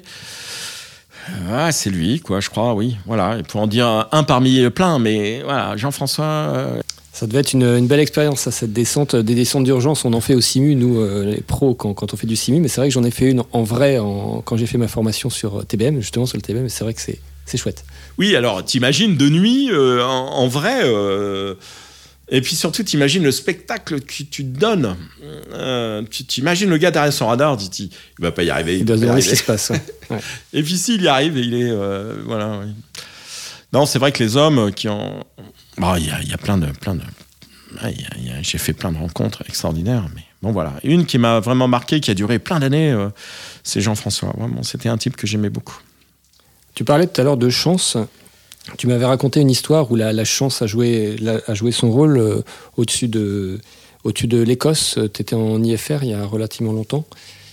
ah, c'est lui, quoi, je crois, oui. Voilà, et pour en dire un parmi plein, mais voilà, Jean-François... Euh, Ça devait être une, une belle expérience, ça, cette descente. Des descentes d'urgence, on en fait au SIMU, nous, euh, les pros, quand, quand on fait du SIMU. Mais c'est vrai que j'en ai fait une en vrai en, quand j'ai fait ma formation sur T B M, justement sur le T B M. C'est vrai que c'est, c'est chouette. Oui, alors t'imagines de nuit, euh, en, en vrai, euh, et puis surtout t'imagines le spectacle que tu te donnes. Euh, tu t'imagines le gars derrière son radar, dit il va pas y arriver. Il, il doit se demander ce qui se passe. Ouais. Ouais. Et puis s'il y arrive, et il est, euh, voilà. Oui. Non, c'est vrai que les hommes qui ont Bon, il y a, il y a plein de, plein de, il y a, il y a, j'ai fait plein de rencontres extraordinaires, mais bon voilà. Une qui m'a vraiment marqué, qui a duré plein d'années, euh, c'est Jean-François. Vraiment, c'était un type que j'aimais beaucoup. Tu parlais tout à l'heure de chance. Tu m'avais raconté une histoire où la, la chance a joué, la, a joué son rôle euh, au-dessus de, au-dessus de l'Écosse. Tu étais en I F R il y a relativement longtemps.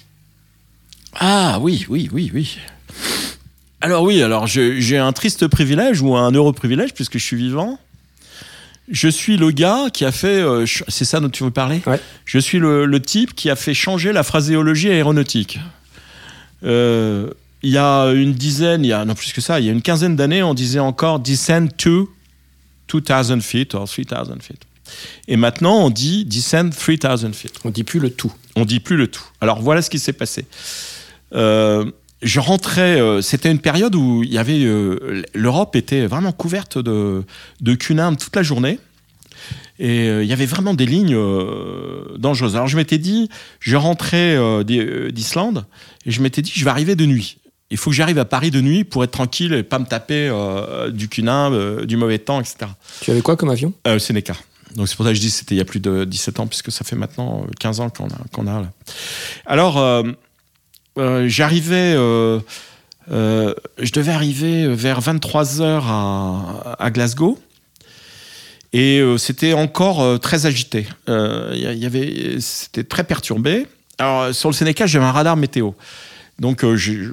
Ah oui, oui, oui, oui. Alors oui, alors je, j'ai un triste privilège ou un heureux privilège puisque je suis vivant. Je suis le gars qui a fait... Euh, c'est ça dont tu veux parler ? Ouais. Je suis le, le type qui a fait changer la phraséologie aéronautique. Euh, il y a une dizaine, il y a, non plus que ça, il y a une quinzaine d'années, on disait encore « descend to two thousand feet » ou « three thousand feet ». Et maintenant, on dit « descend three thousand feet ». On dit plus le tout. On dit plus le tout. Alors voilà ce qui s'est passé. Euh, je rentrais, euh, c'était une période où il y avait, euh, l'Europe était vraiment couverte de, de cunards toute la journée. Et euh, il y avait vraiment des lignes euh, dangereuses. Alors je m'étais dit, je rentrais euh, d'Islande et je m'étais dit, je vais arriver de nuit. Il faut que j'arrive à Paris de nuit pour être tranquille et pas me taper euh, du cunard, euh, du mauvais temps, et cetera. Tu avais quoi comme avion ? euh, Seneca. Donc c'est pour ça que je dis que c'était il y a plus de dix-sept ans, puisque ça fait maintenant quinze ans qu'on a, qu'on a là. Alors, euh, euh, j'arrivais... Euh, euh, je devais arriver vers vingt-trois heures à, à Glasgow. Et euh, c'était encore euh, très agité. Euh, y, y avait, c'était très perturbé. Alors, sur le Seneca, j'avais un radar météo. Donc, euh, j'ai...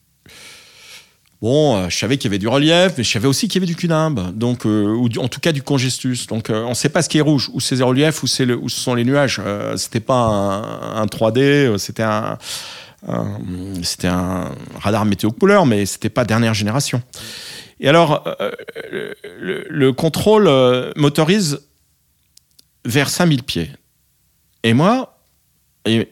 Bon, euh, je savais qu'il y avait du relief, mais je savais aussi qu'il y avait du cunimbe, donc, euh, ou du, en tout cas du congestus. Donc, euh, on ne sait pas ce qui est rouge, ou c'est le relief, ou, c'est le, ou ce sont les nuages. Euh, c'était pas un, un trois D, c'était un, un, c'était un radar météo couleur, mais c'était pas dernière génération. Et alors, euh, le, le, le contrôle euh, motorise vers cinq mille pieds. Et moi, et,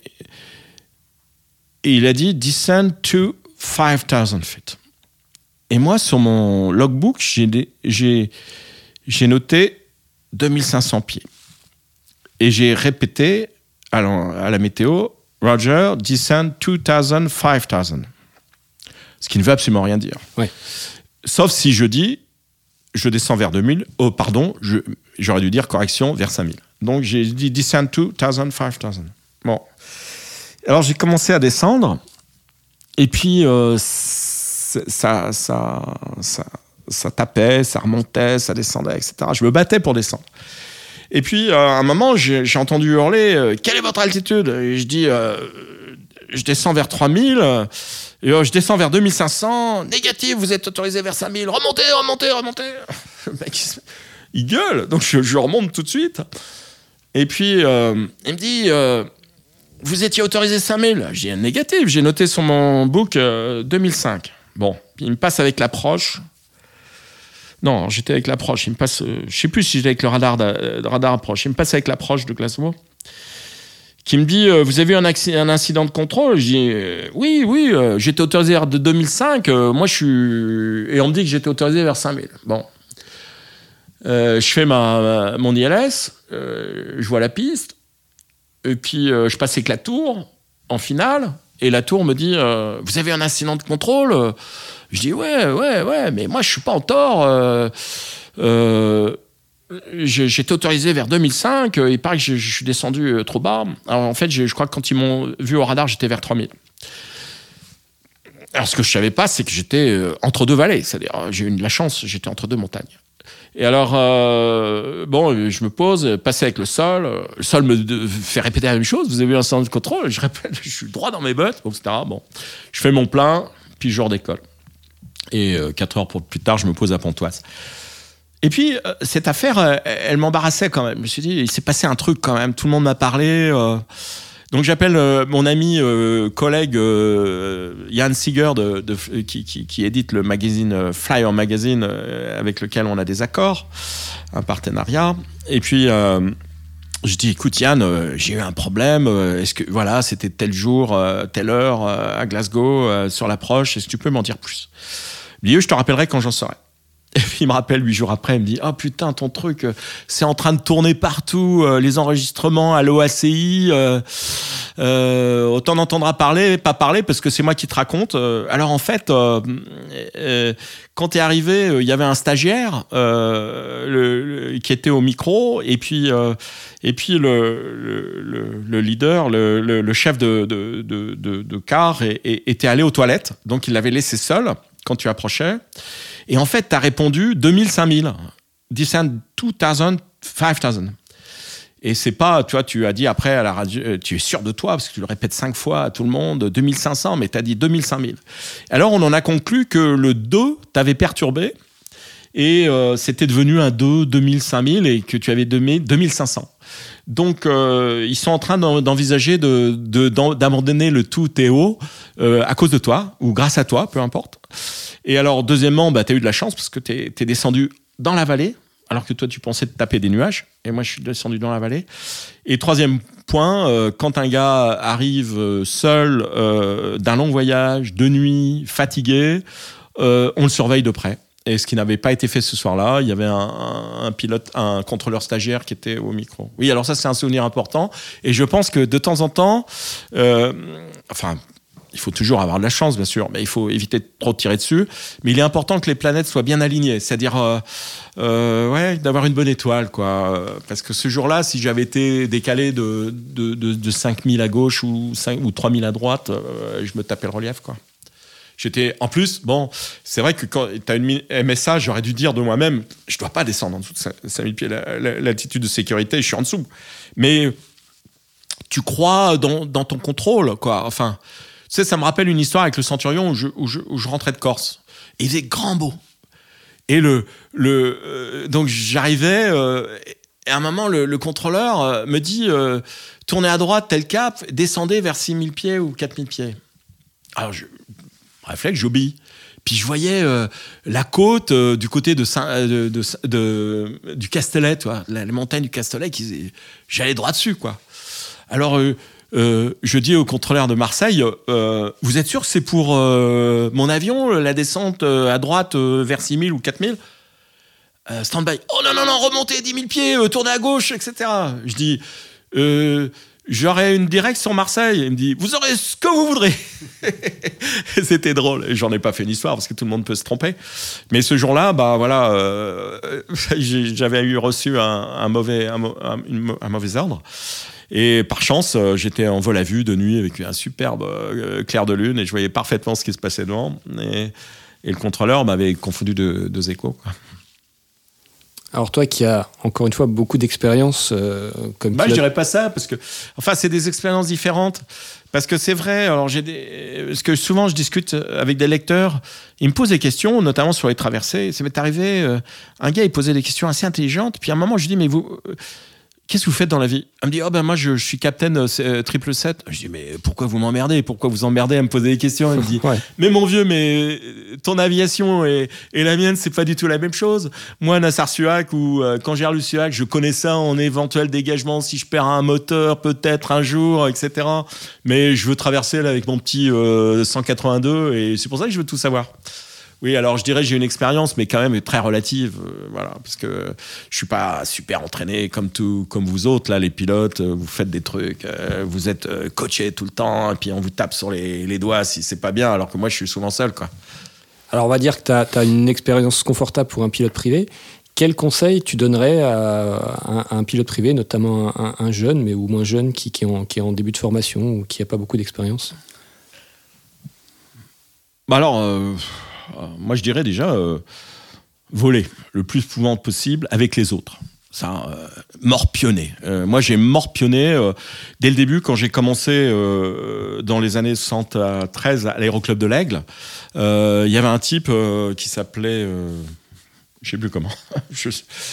et il a dit « descend to five thousand feet ». Et moi, sur mon logbook, j'ai, j'ai, j'ai noté deux mille cinq cents pieds. Et j'ai répété à la, à la météo Roger, descend two thousand, five thousand. Ce qui ne veut absolument rien dire. Ouais. Sauf si je dis, je descends vers deux mille, oh pardon, je, j'aurais dû dire correction, vers cinq mille. Donc j'ai dit descend two thousand, five thousand. Bon. Alors j'ai commencé à descendre, et puis euh, ça, ça, ça, ça tapait, ça remontait, ça descendait, et cetera. Je me battais pour descendre. Et puis, euh, à un moment, j'ai, j'ai entendu hurler euh, « Quelle est votre altitude ?» Et je dis euh, « Je descends vers trois mille. Et, euh, je descends vers deux mille cinq cents. Négatif, vous êtes autorisé vers cinq mille. Remontez, remontez, remontez. » Le mec, il gueule. Donc, je, je remonte tout de suite. Et puis, euh, il me dit euh, « Vous étiez autorisé cinq mille. » J'ai un négatif. J'ai noté sur mon book euh, deux mille cinq. Bon, puis il me passe avec l'approche. Non, j'étais avec l'approche. Il me passe, euh, je sais plus si j'étais avec le radar, de, radar approche. Il me passe avec l'approche de Glasgow, qui me dit euh, vous avez eu un, acc- un incident de contrôle. Je dis euh, oui, oui, euh, j'étais autorisé vers de deux mille cinq. Euh, moi, je suis et on me dit que j'étais autorisé vers cinq mille. Bon, euh, je fais ma, ma mon I L S, euh, je vois la piste, et puis euh, je passe avec la tour en finale, et la tour me dit euh, vous avez un incident de contrôle. Je dis ouais, ouais, ouais, mais moi je suis pas en tort. Euh, euh, j'étais autorisé vers deux mille cinq. Il paraît que je, je suis descendu trop bas. Alors en fait, je, je crois que quand ils m'ont vu au radar, j'étais vers trois mille. Alors ce que je savais pas, c'est que j'étais entre deux vallées. C'est-à-dire, j'ai eu de la chance, j'étais entre deux montagnes. Et alors, euh, bon, je me pose, passer avec le sol. Le sol me de, fait répéter la même chose. Vous avez eu un centre de contrôle. Je répète, je suis droit dans mes bottes, et cetera. Bon, je fais mon plein, puis je redécolle. Et euh, quatre heures plus tard, je me pose à Pontoise. Et puis, euh, cette affaire, euh, elle m'embarrassait quand même. Je me suis dit, il s'est passé un truc quand même. Tout le monde m'a parlé. Euh... Donc, j'appelle euh, mon ami, euh, collègue euh, Jan Seeger, de, de, qui, qui, qui édite le magazine euh, Flyer Magazine, euh, avec lequel on a des accords, un partenariat. Et puis, euh, je dis, écoute Yann, euh, j'ai eu un problème. Euh, est-ce que, voilà, c'était tel jour, euh, telle heure euh, à Glasgow, euh, sur l'approche. Est-ce que tu peux m'en dire plus? Il me dit, je te rappellerai quand j'en saurai. Et puis il me rappelle huit jours après, il me dit « Ah oh, putain, ton truc, c'est en train de tourner partout, euh, les enregistrements à l'O A C I, euh, euh, autant d'entendre parler, pas parler, parce que c'est moi qui te raconte. Euh, alors en fait, euh, euh, quand t'es arrivé, il euh, y avait un stagiaire euh, le, le, qui était au micro, et puis, euh, et puis le, le, le, le leader, le, le, le chef de, de, de, de, de car et, et, était allé aux toilettes, donc il l'avait laissé seul quand tu approchais. Et en fait, tu as répondu deux mille, cinq mille. Descend two thousand, five thousand. Et c'est pas, tu vois, tu as dit après à la radio, tu es sûr de toi, parce que tu le répètes cinq fois à tout le monde, deux mille cinq cents, mais tu as dit deux mille, cinq mille. Alors, on en a conclu que le deux t'avait perturbé, et euh, c'était devenu un deux, deux mille, cinq mille, et que tu avais deux mille cinq cents. Donc, euh, ils sont en train d'envisager de, de, d'abandonner le tout Théo euh, à cause de toi, ou grâce à toi, peu importe. Et alors, deuxièmement, bah, tu as eu de la chance parce que tu es descendu dans la vallée, alors que toi, tu pensais te taper des nuages. Et moi, je suis descendu dans la vallée. Et troisième point, euh, quand un gars arrive seul euh, d'un long voyage, de nuit, fatigué, euh, on le surveille de près. Et ce qui n'avait pas été fait ce soir-là, il y avait un, un, un pilote, un contrôleur stagiaire qui était au micro. Oui, alors ça, c'est un souvenir important. Et je pense que de temps en temps, euh, enfin... il faut toujours avoir de la chance, bien sûr, mais il faut éviter de trop tirer dessus. Mais il est important que les planètes soient bien alignées, c'est-à-dire euh, euh, ouais, d'avoir une bonne étoile, quoi. Parce que ce jour-là, si j'avais été décalé de, de, de, de cinq mille à gauche ou, cinq, ou trois mille à droite, euh, je me tapais le relief, quoi. J'étais, en plus, bon, c'est vrai que quand tu as une M S A, j'aurais dû dire de moi-même, je dois pas descendre en dessous de cinq mille pieds, l'altitude de sécurité, je suis en dessous. Mais tu crois dans, dans ton contrôle, quoi. Enfin... Tu sais, ça me rappelle une histoire avec le Centurion où je, où je, où je rentrais de Corse. Et il faisait grand beau. Et le, le, euh, donc j'arrivais, euh, et à un moment, le, le contrôleur euh, me dit euh, tournez à droite, tel cap, descendez vers six mille pieds ou quatre mille pieds. Alors, je, réflexe, j'obéis. Puis je voyais euh, la côte euh, du côté de, Saint, de, de, de, de du Castellet, tu vois, la, les montagnes du Castellet, qui, j'allais droit dessus, quoi. Alors, euh, Euh, je dis au contrôleur de Marseille, euh, vous êtes sûr que c'est pour euh, mon avion, la descente euh, à droite euh, vers six mille ou quatre mille euh, Stand-by. Oh non, non, non, remontez dix mille pieds, euh, tournez à gauche, et cetera. Je dis, euh, j'aurai une directe sur Marseille. Il me dit, vous aurez ce que vous voudrez. C'était drôle. J'en ai pas fait une histoire parce que tout le monde peut se tromper. Mais ce jour-là, bah voilà, euh, j'avais eu reçu un, un mauvais, un, un, une, un mauvais ordre. Et par chance, j'étais en vol à vue de nuit avec un superbe euh, clair de lune et je voyais parfaitement ce qui se passait devant. Et, et le contrôleur m'avait confondu deux, deux échos, quoi. Alors toi qui as, encore une fois, beaucoup d'expérience euh, comme bah, pilote... Je dirais pas ça, parce que... Enfin, c'est des expériences différentes. Parce que c'est vrai, alors j'ai des... Parce que souvent, je discute avec des lecteurs, ils me posent des questions, notamment sur les traversées. Ça m'est arrivé, euh, un gars, il posait des questions assez intelligentes, puis à un moment, je lui dis, mais vous... Euh, qu'est-ce que vous faites dans la vie ? Elle me dit, oh ben moi je, je suis capitaine euh, triple sept. Je dis, mais pourquoi vous m'emmerdez ? Pourquoi vous emmerdez à me poser des questions ? Elle me dit, ouais. Mais mon vieux, mais ton aviation et, et la mienne, c'est pas du tout la même chose. Moi, Nassar Suac, ou euh, quand j'ai lu Suac, je connais ça en éventuel dégagement si je perds un moteur, peut-être un jour, et cetera. Mais je veux traverser là avec mon petit euh, cent quatre-vingt-deux et c'est pour ça que je veux tout savoir. Oui, alors je dirais que j'ai une expérience, mais quand même très relative, euh, voilà, parce que je suis pas super entraîné comme tout, comme vous autres là, les pilotes. Euh, vous faites des trucs, euh, vous êtes euh, coaché tout le temps, et puis on vous tape sur les, les doigts si c'est pas bien, alors que moi je suis souvent seul, quoi. Alors on va dire que tu as une expérience confortable pour un pilote privé. Quel conseil tu donnerais à, à, à un pilote privé, notamment un, un jeune, mais ou moins jeune, qui, qui, est en, qui est en début de formation ou qui n'a pas beaucoup d'expérience ? Bah alors. Euh... Moi, je dirais déjà euh, voler le plus souvent possible avec les autres. Ça, euh, morpionner. Euh, moi, j'ai morpionné euh, dès le début quand j'ai commencé euh, dans les années soixante-treize à l'aéroclub de l'Aigle. Il euh, y avait un type euh, qui s'appelait, euh, je sais plus comment, je,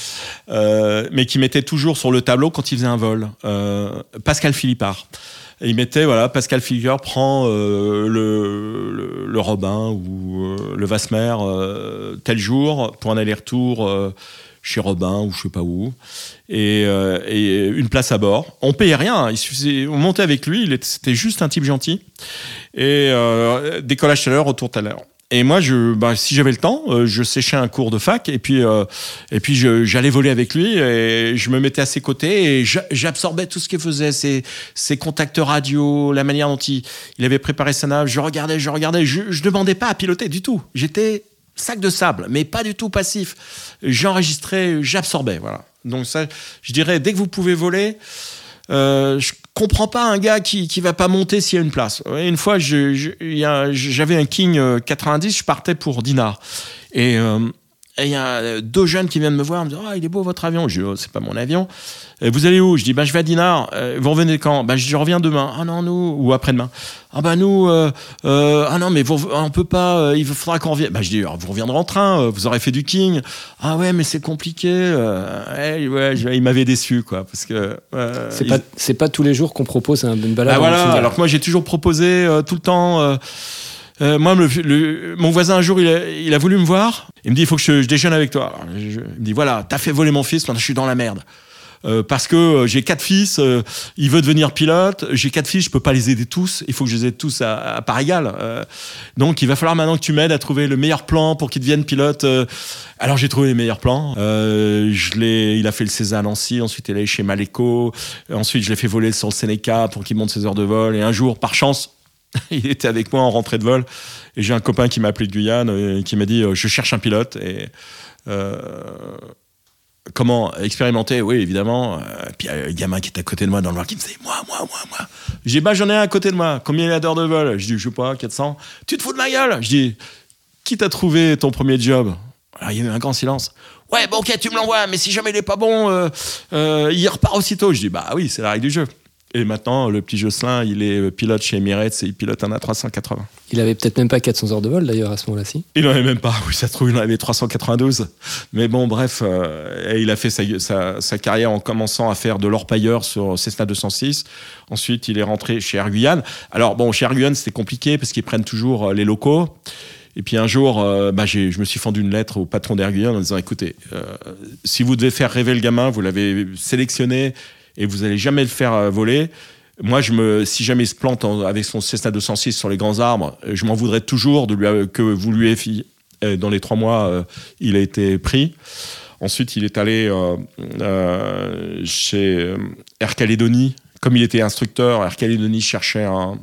euh, mais qui mettait toujours sur le tableau quand il faisait un vol. Euh, Pascal Philippard. Et il mettait, voilà, Pascal Philippard prend euh, le, le, le Robin ou euh, le Vasmer euh, tel jour pour un aller-retour euh, chez Robin ou je sais pas où, et, euh, et une place à bord. On payait rien, il suffisait, on montait avec lui, il était, c'était juste un type gentil. Et euh, décollage tout à l'heure, retour tout à l'heure. Et moi, je, bah, si j'avais le temps, euh, je séchais un cours de fac et puis, euh, et puis je, j'allais voler avec lui et je me mettais à ses côtés et j'absorbais tout ce qu'il faisait, ses, ses contacts radio, la manière dont il, il avait préparé sa nave. Je regardais, je regardais, je, je demandais pas à piloter du tout. J'étais sac de sable, mais pas du tout passif. J'enregistrais, j'absorbais, voilà. Donc ça, je dirais, dès que vous pouvez voler, euh, je comprends pas un gars qui qui va pas monter s'il y a une place. Une fois, je, je, y a, j'avais un King quatre-vingt-dix, je partais pour Dinard. Et euh, il y a deux jeunes qui viennent me voir, me disent « Ah, il est beau votre avion ». Je dis oh, « C'est pas mon avion ». Et vous allez où ? Je dis ben, « Je vais à Dinard. Vous revenez quand ?»« Ben, je reviens demain. »« Ah non, nous... » Ou après-demain. « Ah ben, nous... Euh, euh, ah non, mais vous, on peut pas... Il faudra qu'on revienne. » Ben, je dis « Vous reviendrez en train. Vous aurez fait du King. »« Ah ouais, mais c'est compliqué. Euh, ouais, ouais, il m'avait déçu, quoi. » Parce que... Euh, c'est, il... pas, c'est pas tous les jours qu'on propose une balade. Ah voilà, alors que moi, j'ai toujours proposé euh, tout le temps... Euh, Euh, moi, le, le, mon voisin, un jour, il a, il a voulu me voir. Il me dit, il faut que je, je déjeune avec toi. Alors, je, je, il me dit, voilà, t'as fait voler mon fils, maintenant je suis dans la merde. Euh, parce que euh, j'ai quatre fils, euh, il veut devenir pilote. J'ai quatre fils, je peux pas les aider tous. Il faut que je les aide tous à, à part égale. Euh, donc, il va falloir maintenant que tu m'aides à trouver le meilleur plan pour qu'il devienne pilote. Euh, alors, j'ai trouvé les meilleurs plans. Euh, je l'ai, il a fait le César à Nancy. Ensuite, il est allé chez Maleco. Ensuite, je l'ai fait voler sur le Seneca pour qu'il monte ses heures de vol. Et un jour, par chance, il était avec moi en rentrée de vol et j'ai un copain qui m'a appelé de Guyane et qui m'a dit euh, je cherche un pilote et euh, comment expérimenter, oui évidemment. Euh, puis il y a un gamin qui était à côté de moi dans le noir qui me disait moi moi moi moi. J'ai dit bah j'en ai un à côté de moi, combien il a d'heures de vol? Je dis je sais pas, quatre cents. Tu te fous de ma gueule? Je dis qui t'a trouvé ton premier job? Alors il y a eu un grand silence. Ouais bon ok tu me l'envoies mais si jamais il est pas bon euh, euh, il repart aussitôt. Je dis bah oui c'est la règle du jeu. Et maintenant, le petit Jocelyn, il est pilote chez Emirates et il pilote un A trois cent quatre-vingts. Il avait peut-être même pas quatre cents heures de vol d'ailleurs à ce moment-là, si. Il n'en avait même pas, oui, ça se trouve, il en avait trois cent quatre-vingt-douze. Mais bon, bref, euh, et il a fait sa, sa, sa carrière en commençant à faire de l'orpailleur sur Cessna deux cent six. Ensuite, il est rentré chez Air Guyane. Alors bon, chez Air Guyane, c'était compliqué parce qu'ils prennent toujours les locaux. Et puis un jour, euh, bah, j'ai, je me suis fendu une lettre au patron d'Air Guyane en disant, écoutez, euh, si vous devez faire rêver le gamin, vous l'avez sélectionné, et vous allez jamais le faire voler. Moi, je me, si jamais il se plante en, avec son Cessna deux cent six sur les grands arbres, je m'en voudrais toujours de lui, que vous lui ayez euh, dans les trois mois, euh, il a été pris. Ensuite, il est allé euh, euh, chez Air Calédonie, comme il était instructeur, Air Calédonie cherchait un,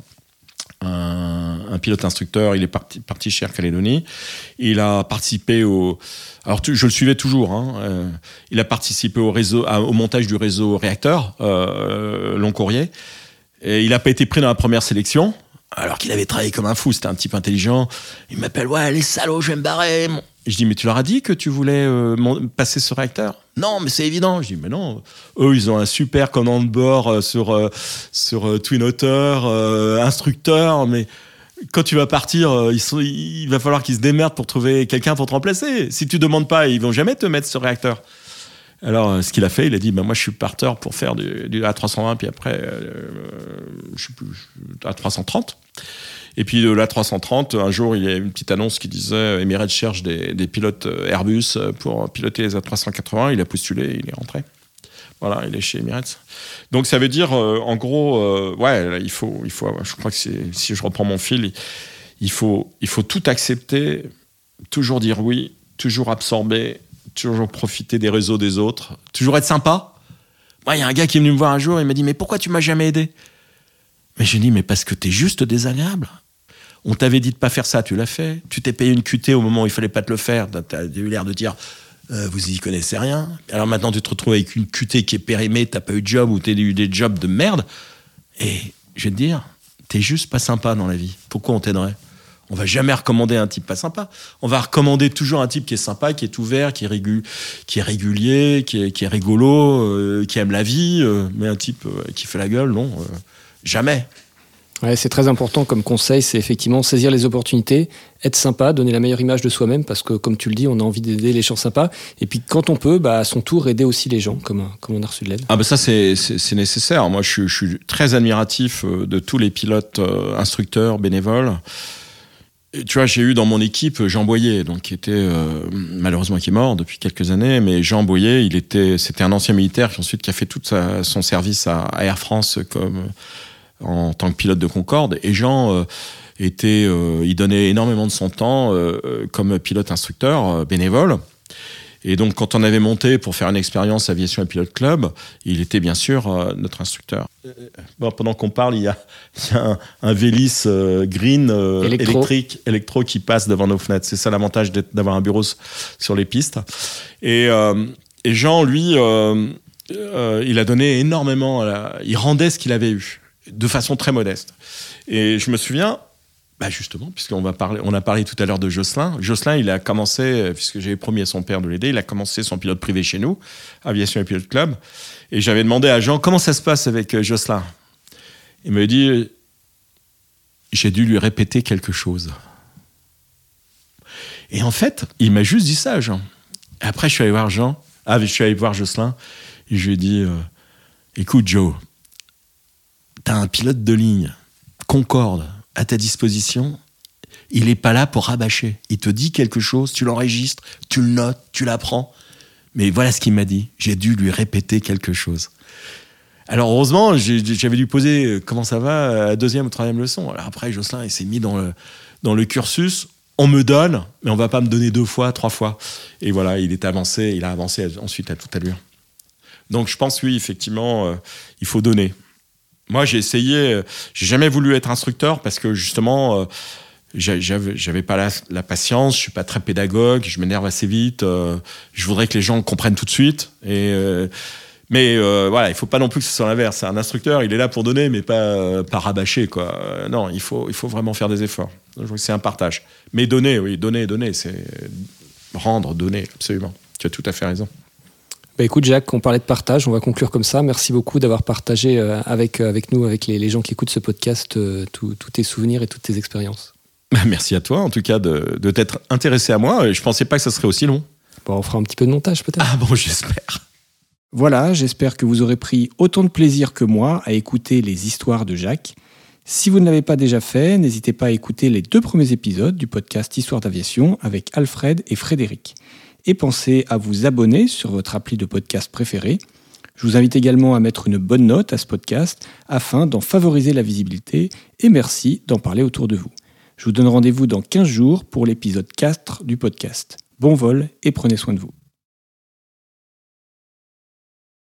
un, un pilote instructeur, il est parti, parti chez Air Calédonie. Il a participé au... Alors, tu, je le suivais toujours. Hein, euh, il a participé au, réseau, à, au montage du réseau réacteur, euh, long courrier. Et il n'a pas été pris dans la première sélection, alors qu'il avait travaillé comme un fou. C'était un type intelligent. Il m'appelle, ouais, les salauds, je vais me barrer. Et je dis, mais tu leur as dit que tu voulais euh, passer ce réacteur ? Non, mais c'est évident. Je dis, mais non. Eux, ils ont un super commandant de bord euh, sur, euh, sur euh, Twin Otter, euh, instructeur, mais... Quand tu vas partir, ils sont, il va falloir qu'ils se démerdent pour trouver quelqu'un pour te remplacer. Si tu demandes pas, ils vont jamais te mettre ce réacteur. Alors, ce qu'il a fait, il a dit, bah, moi, je suis parteur pour faire du, du A trois cent vingt, puis après, euh, je sais plus, A trois cent trente. Et puis, de l'A trois cent trente, un jour, il y a une petite annonce qui disait, Emirates cherche des, des pilotes Airbus pour piloter les A trois cent quatre-vingts. Il a postulé, il est rentré. Voilà, il est chez Emirates. Donc ça veut dire, euh, en gros, euh, ouais, il faut, il faut. Je crois que c'est, si je reprends mon fil, il faut, il faut tout accepter, toujours dire oui, toujours absorber, toujours profiter des réseaux des autres, toujours être sympa. Moi, il y a un gars qui est venu me voir un jour, il m'a dit, mais pourquoi tu m'as jamais aidé ? Mais j'ai dit, mais parce que t'es juste désagréable. On t'avait dit de pas faire ça, tu l'as fait. Tu t'es payé une Q T au moment où il fallait pas te le faire. T'as eu l'air de dire. Euh, vous y connaissez rien. Alors maintenant, tu te retrouves avec une Q T qui est périmée, t'as pas eu de job ou t'as eu des jobs de merde. Et je vais te dire, t'es juste pas sympa dans la vie. Pourquoi on t'aiderait ? On va jamais recommander un type pas sympa. On va recommander toujours un type qui est sympa, qui est ouvert, qui est, régu- qui est régulier, qui est, qui est rigolo, euh, qui aime la vie. Euh, mais un type euh, qui fait la gueule, non, euh, jamais. Ouais, c'est très important comme conseil, c'est effectivement saisir les opportunités, être sympa, donner la meilleure image de soi-même, parce que comme tu le dis, on a envie d'aider les gens sympas, et puis quand on peut, bah, à son tour, aider aussi les gens, comme, comme on a reçu de l'aide. Ah bah ça, c'est, c'est, c'est nécessaire. Moi, je suis, je suis très admiratif de tous les pilotes, euh, instructeurs, bénévoles. Et tu vois, j'ai eu dans mon équipe Jean Boyer, donc qui était euh, malheureusement qui est mort depuis quelques années, mais Jean Boyer, il était, c'était un ancien militaire qui ensuite qui a fait tout sa, son service à, à Air France comme en tant que pilote de Concorde. Et Jean euh, était, euh, il donnait énormément de son temps euh, comme pilote instructeur euh, bénévole. Et donc, quand on avait monté pour faire une expérience Aviation et Pilote Club, il était bien sûr euh, notre instructeur. Bon, pendant qu'on parle, il y a, il y a un, un Vélis euh, green euh, électro. électrique, électro qui passe devant nos fenêtres. C'est ça l'avantage d'avoir un bureau sur les pistes. Et, euh, et Jean, lui, euh, euh, il a donné énormément. À la, il rendait ce qu'il avait eu, de façon très modeste. Et je me souviens. Bah justement, puisqu'on va parler, on a parlé tout à l'heure de Jocelyn. Jocelyn, il a commencé, puisque j'avais promis à son père de l'aider, il a commencé son pilote privé chez nous, Aviation et Pilote Club. Et j'avais demandé à Jean, comment ça se passe avec Jocelyn ? Il m'a dit, j'ai dû lui répéter quelque chose. Et en fait, il m'a juste dit ça, Jean. Et après, je suis allé voir Jean, ah, je suis allé voir Jocelyn, et je lui ai dit, euh, écoute Joe, t'as un pilote de ligne, Concorde, à ta disposition, il n'est pas là pour rabâcher. Il te dit quelque chose, tu l'enregistres, tu le notes, tu l'apprends. Mais voilà ce qu'il m'a dit. J'ai dû lui répéter quelque chose. Alors heureusement, j'ai, j'avais dû poser comment ça va à la deuxième ou troisième leçon. Alors après, Jocelyn, il s'est mis dans le, dans le cursus. On me donne, mais on ne va pas me donner deux fois, trois fois. Et voilà, il est avancé, il a avancé ensuite à toute allure. Donc je pense, oui, effectivement, euh, il faut donner. Moi, j'ai essayé, j'ai jamais voulu être instructeur parce que justement, euh, j'avais, j'avais pas la, la patience, je suis pas très pédagogue, je m'énerve assez vite, euh, je voudrais que les gens comprennent tout de suite. Et, euh, mais euh, voilà, il faut pas non plus que ce soit l'inverse. Un instructeur, il est là pour donner, mais pas, euh, pas rabâcher, quoi. Euh, non, il faut, il faut vraiment faire des efforts. Je crois que c'est un partage. Mais donner, oui, donner, donner, c'est rendre, donner, absolument. Tu as tout à fait raison. Bah écoute Jacques, on parlait de partage, on va conclure comme ça. Merci beaucoup d'avoir partagé euh, avec, euh, avec nous, avec les, les gens qui écoutent ce podcast, euh, tous tes souvenirs et toutes tes expériences. Merci à toi, en tout cas, de, de t'être intéressé à moi. Je ne pensais pas que ça serait aussi long. Bon, on fera un petit peu de montage peut-être. Ah bon, j'espère. Voilà, j'espère que vous aurez pris autant de plaisir que moi à écouter les histoires de Jacques. Si vous ne l'avez pas déjà fait, n'hésitez pas à écouter les deux premiers épisodes du podcast Histoire d'aviation avec Alfred et Frédéric. Et pensez à vous abonner sur votre appli de podcast préféré. Je vous invite également à mettre une bonne note à ce podcast afin d'en favoriser la visibilité et merci d'en parler autour de vous. Je vous donne rendez-vous dans quinze jours pour l'épisode quatre du podcast. Bon vol et prenez soin de vous.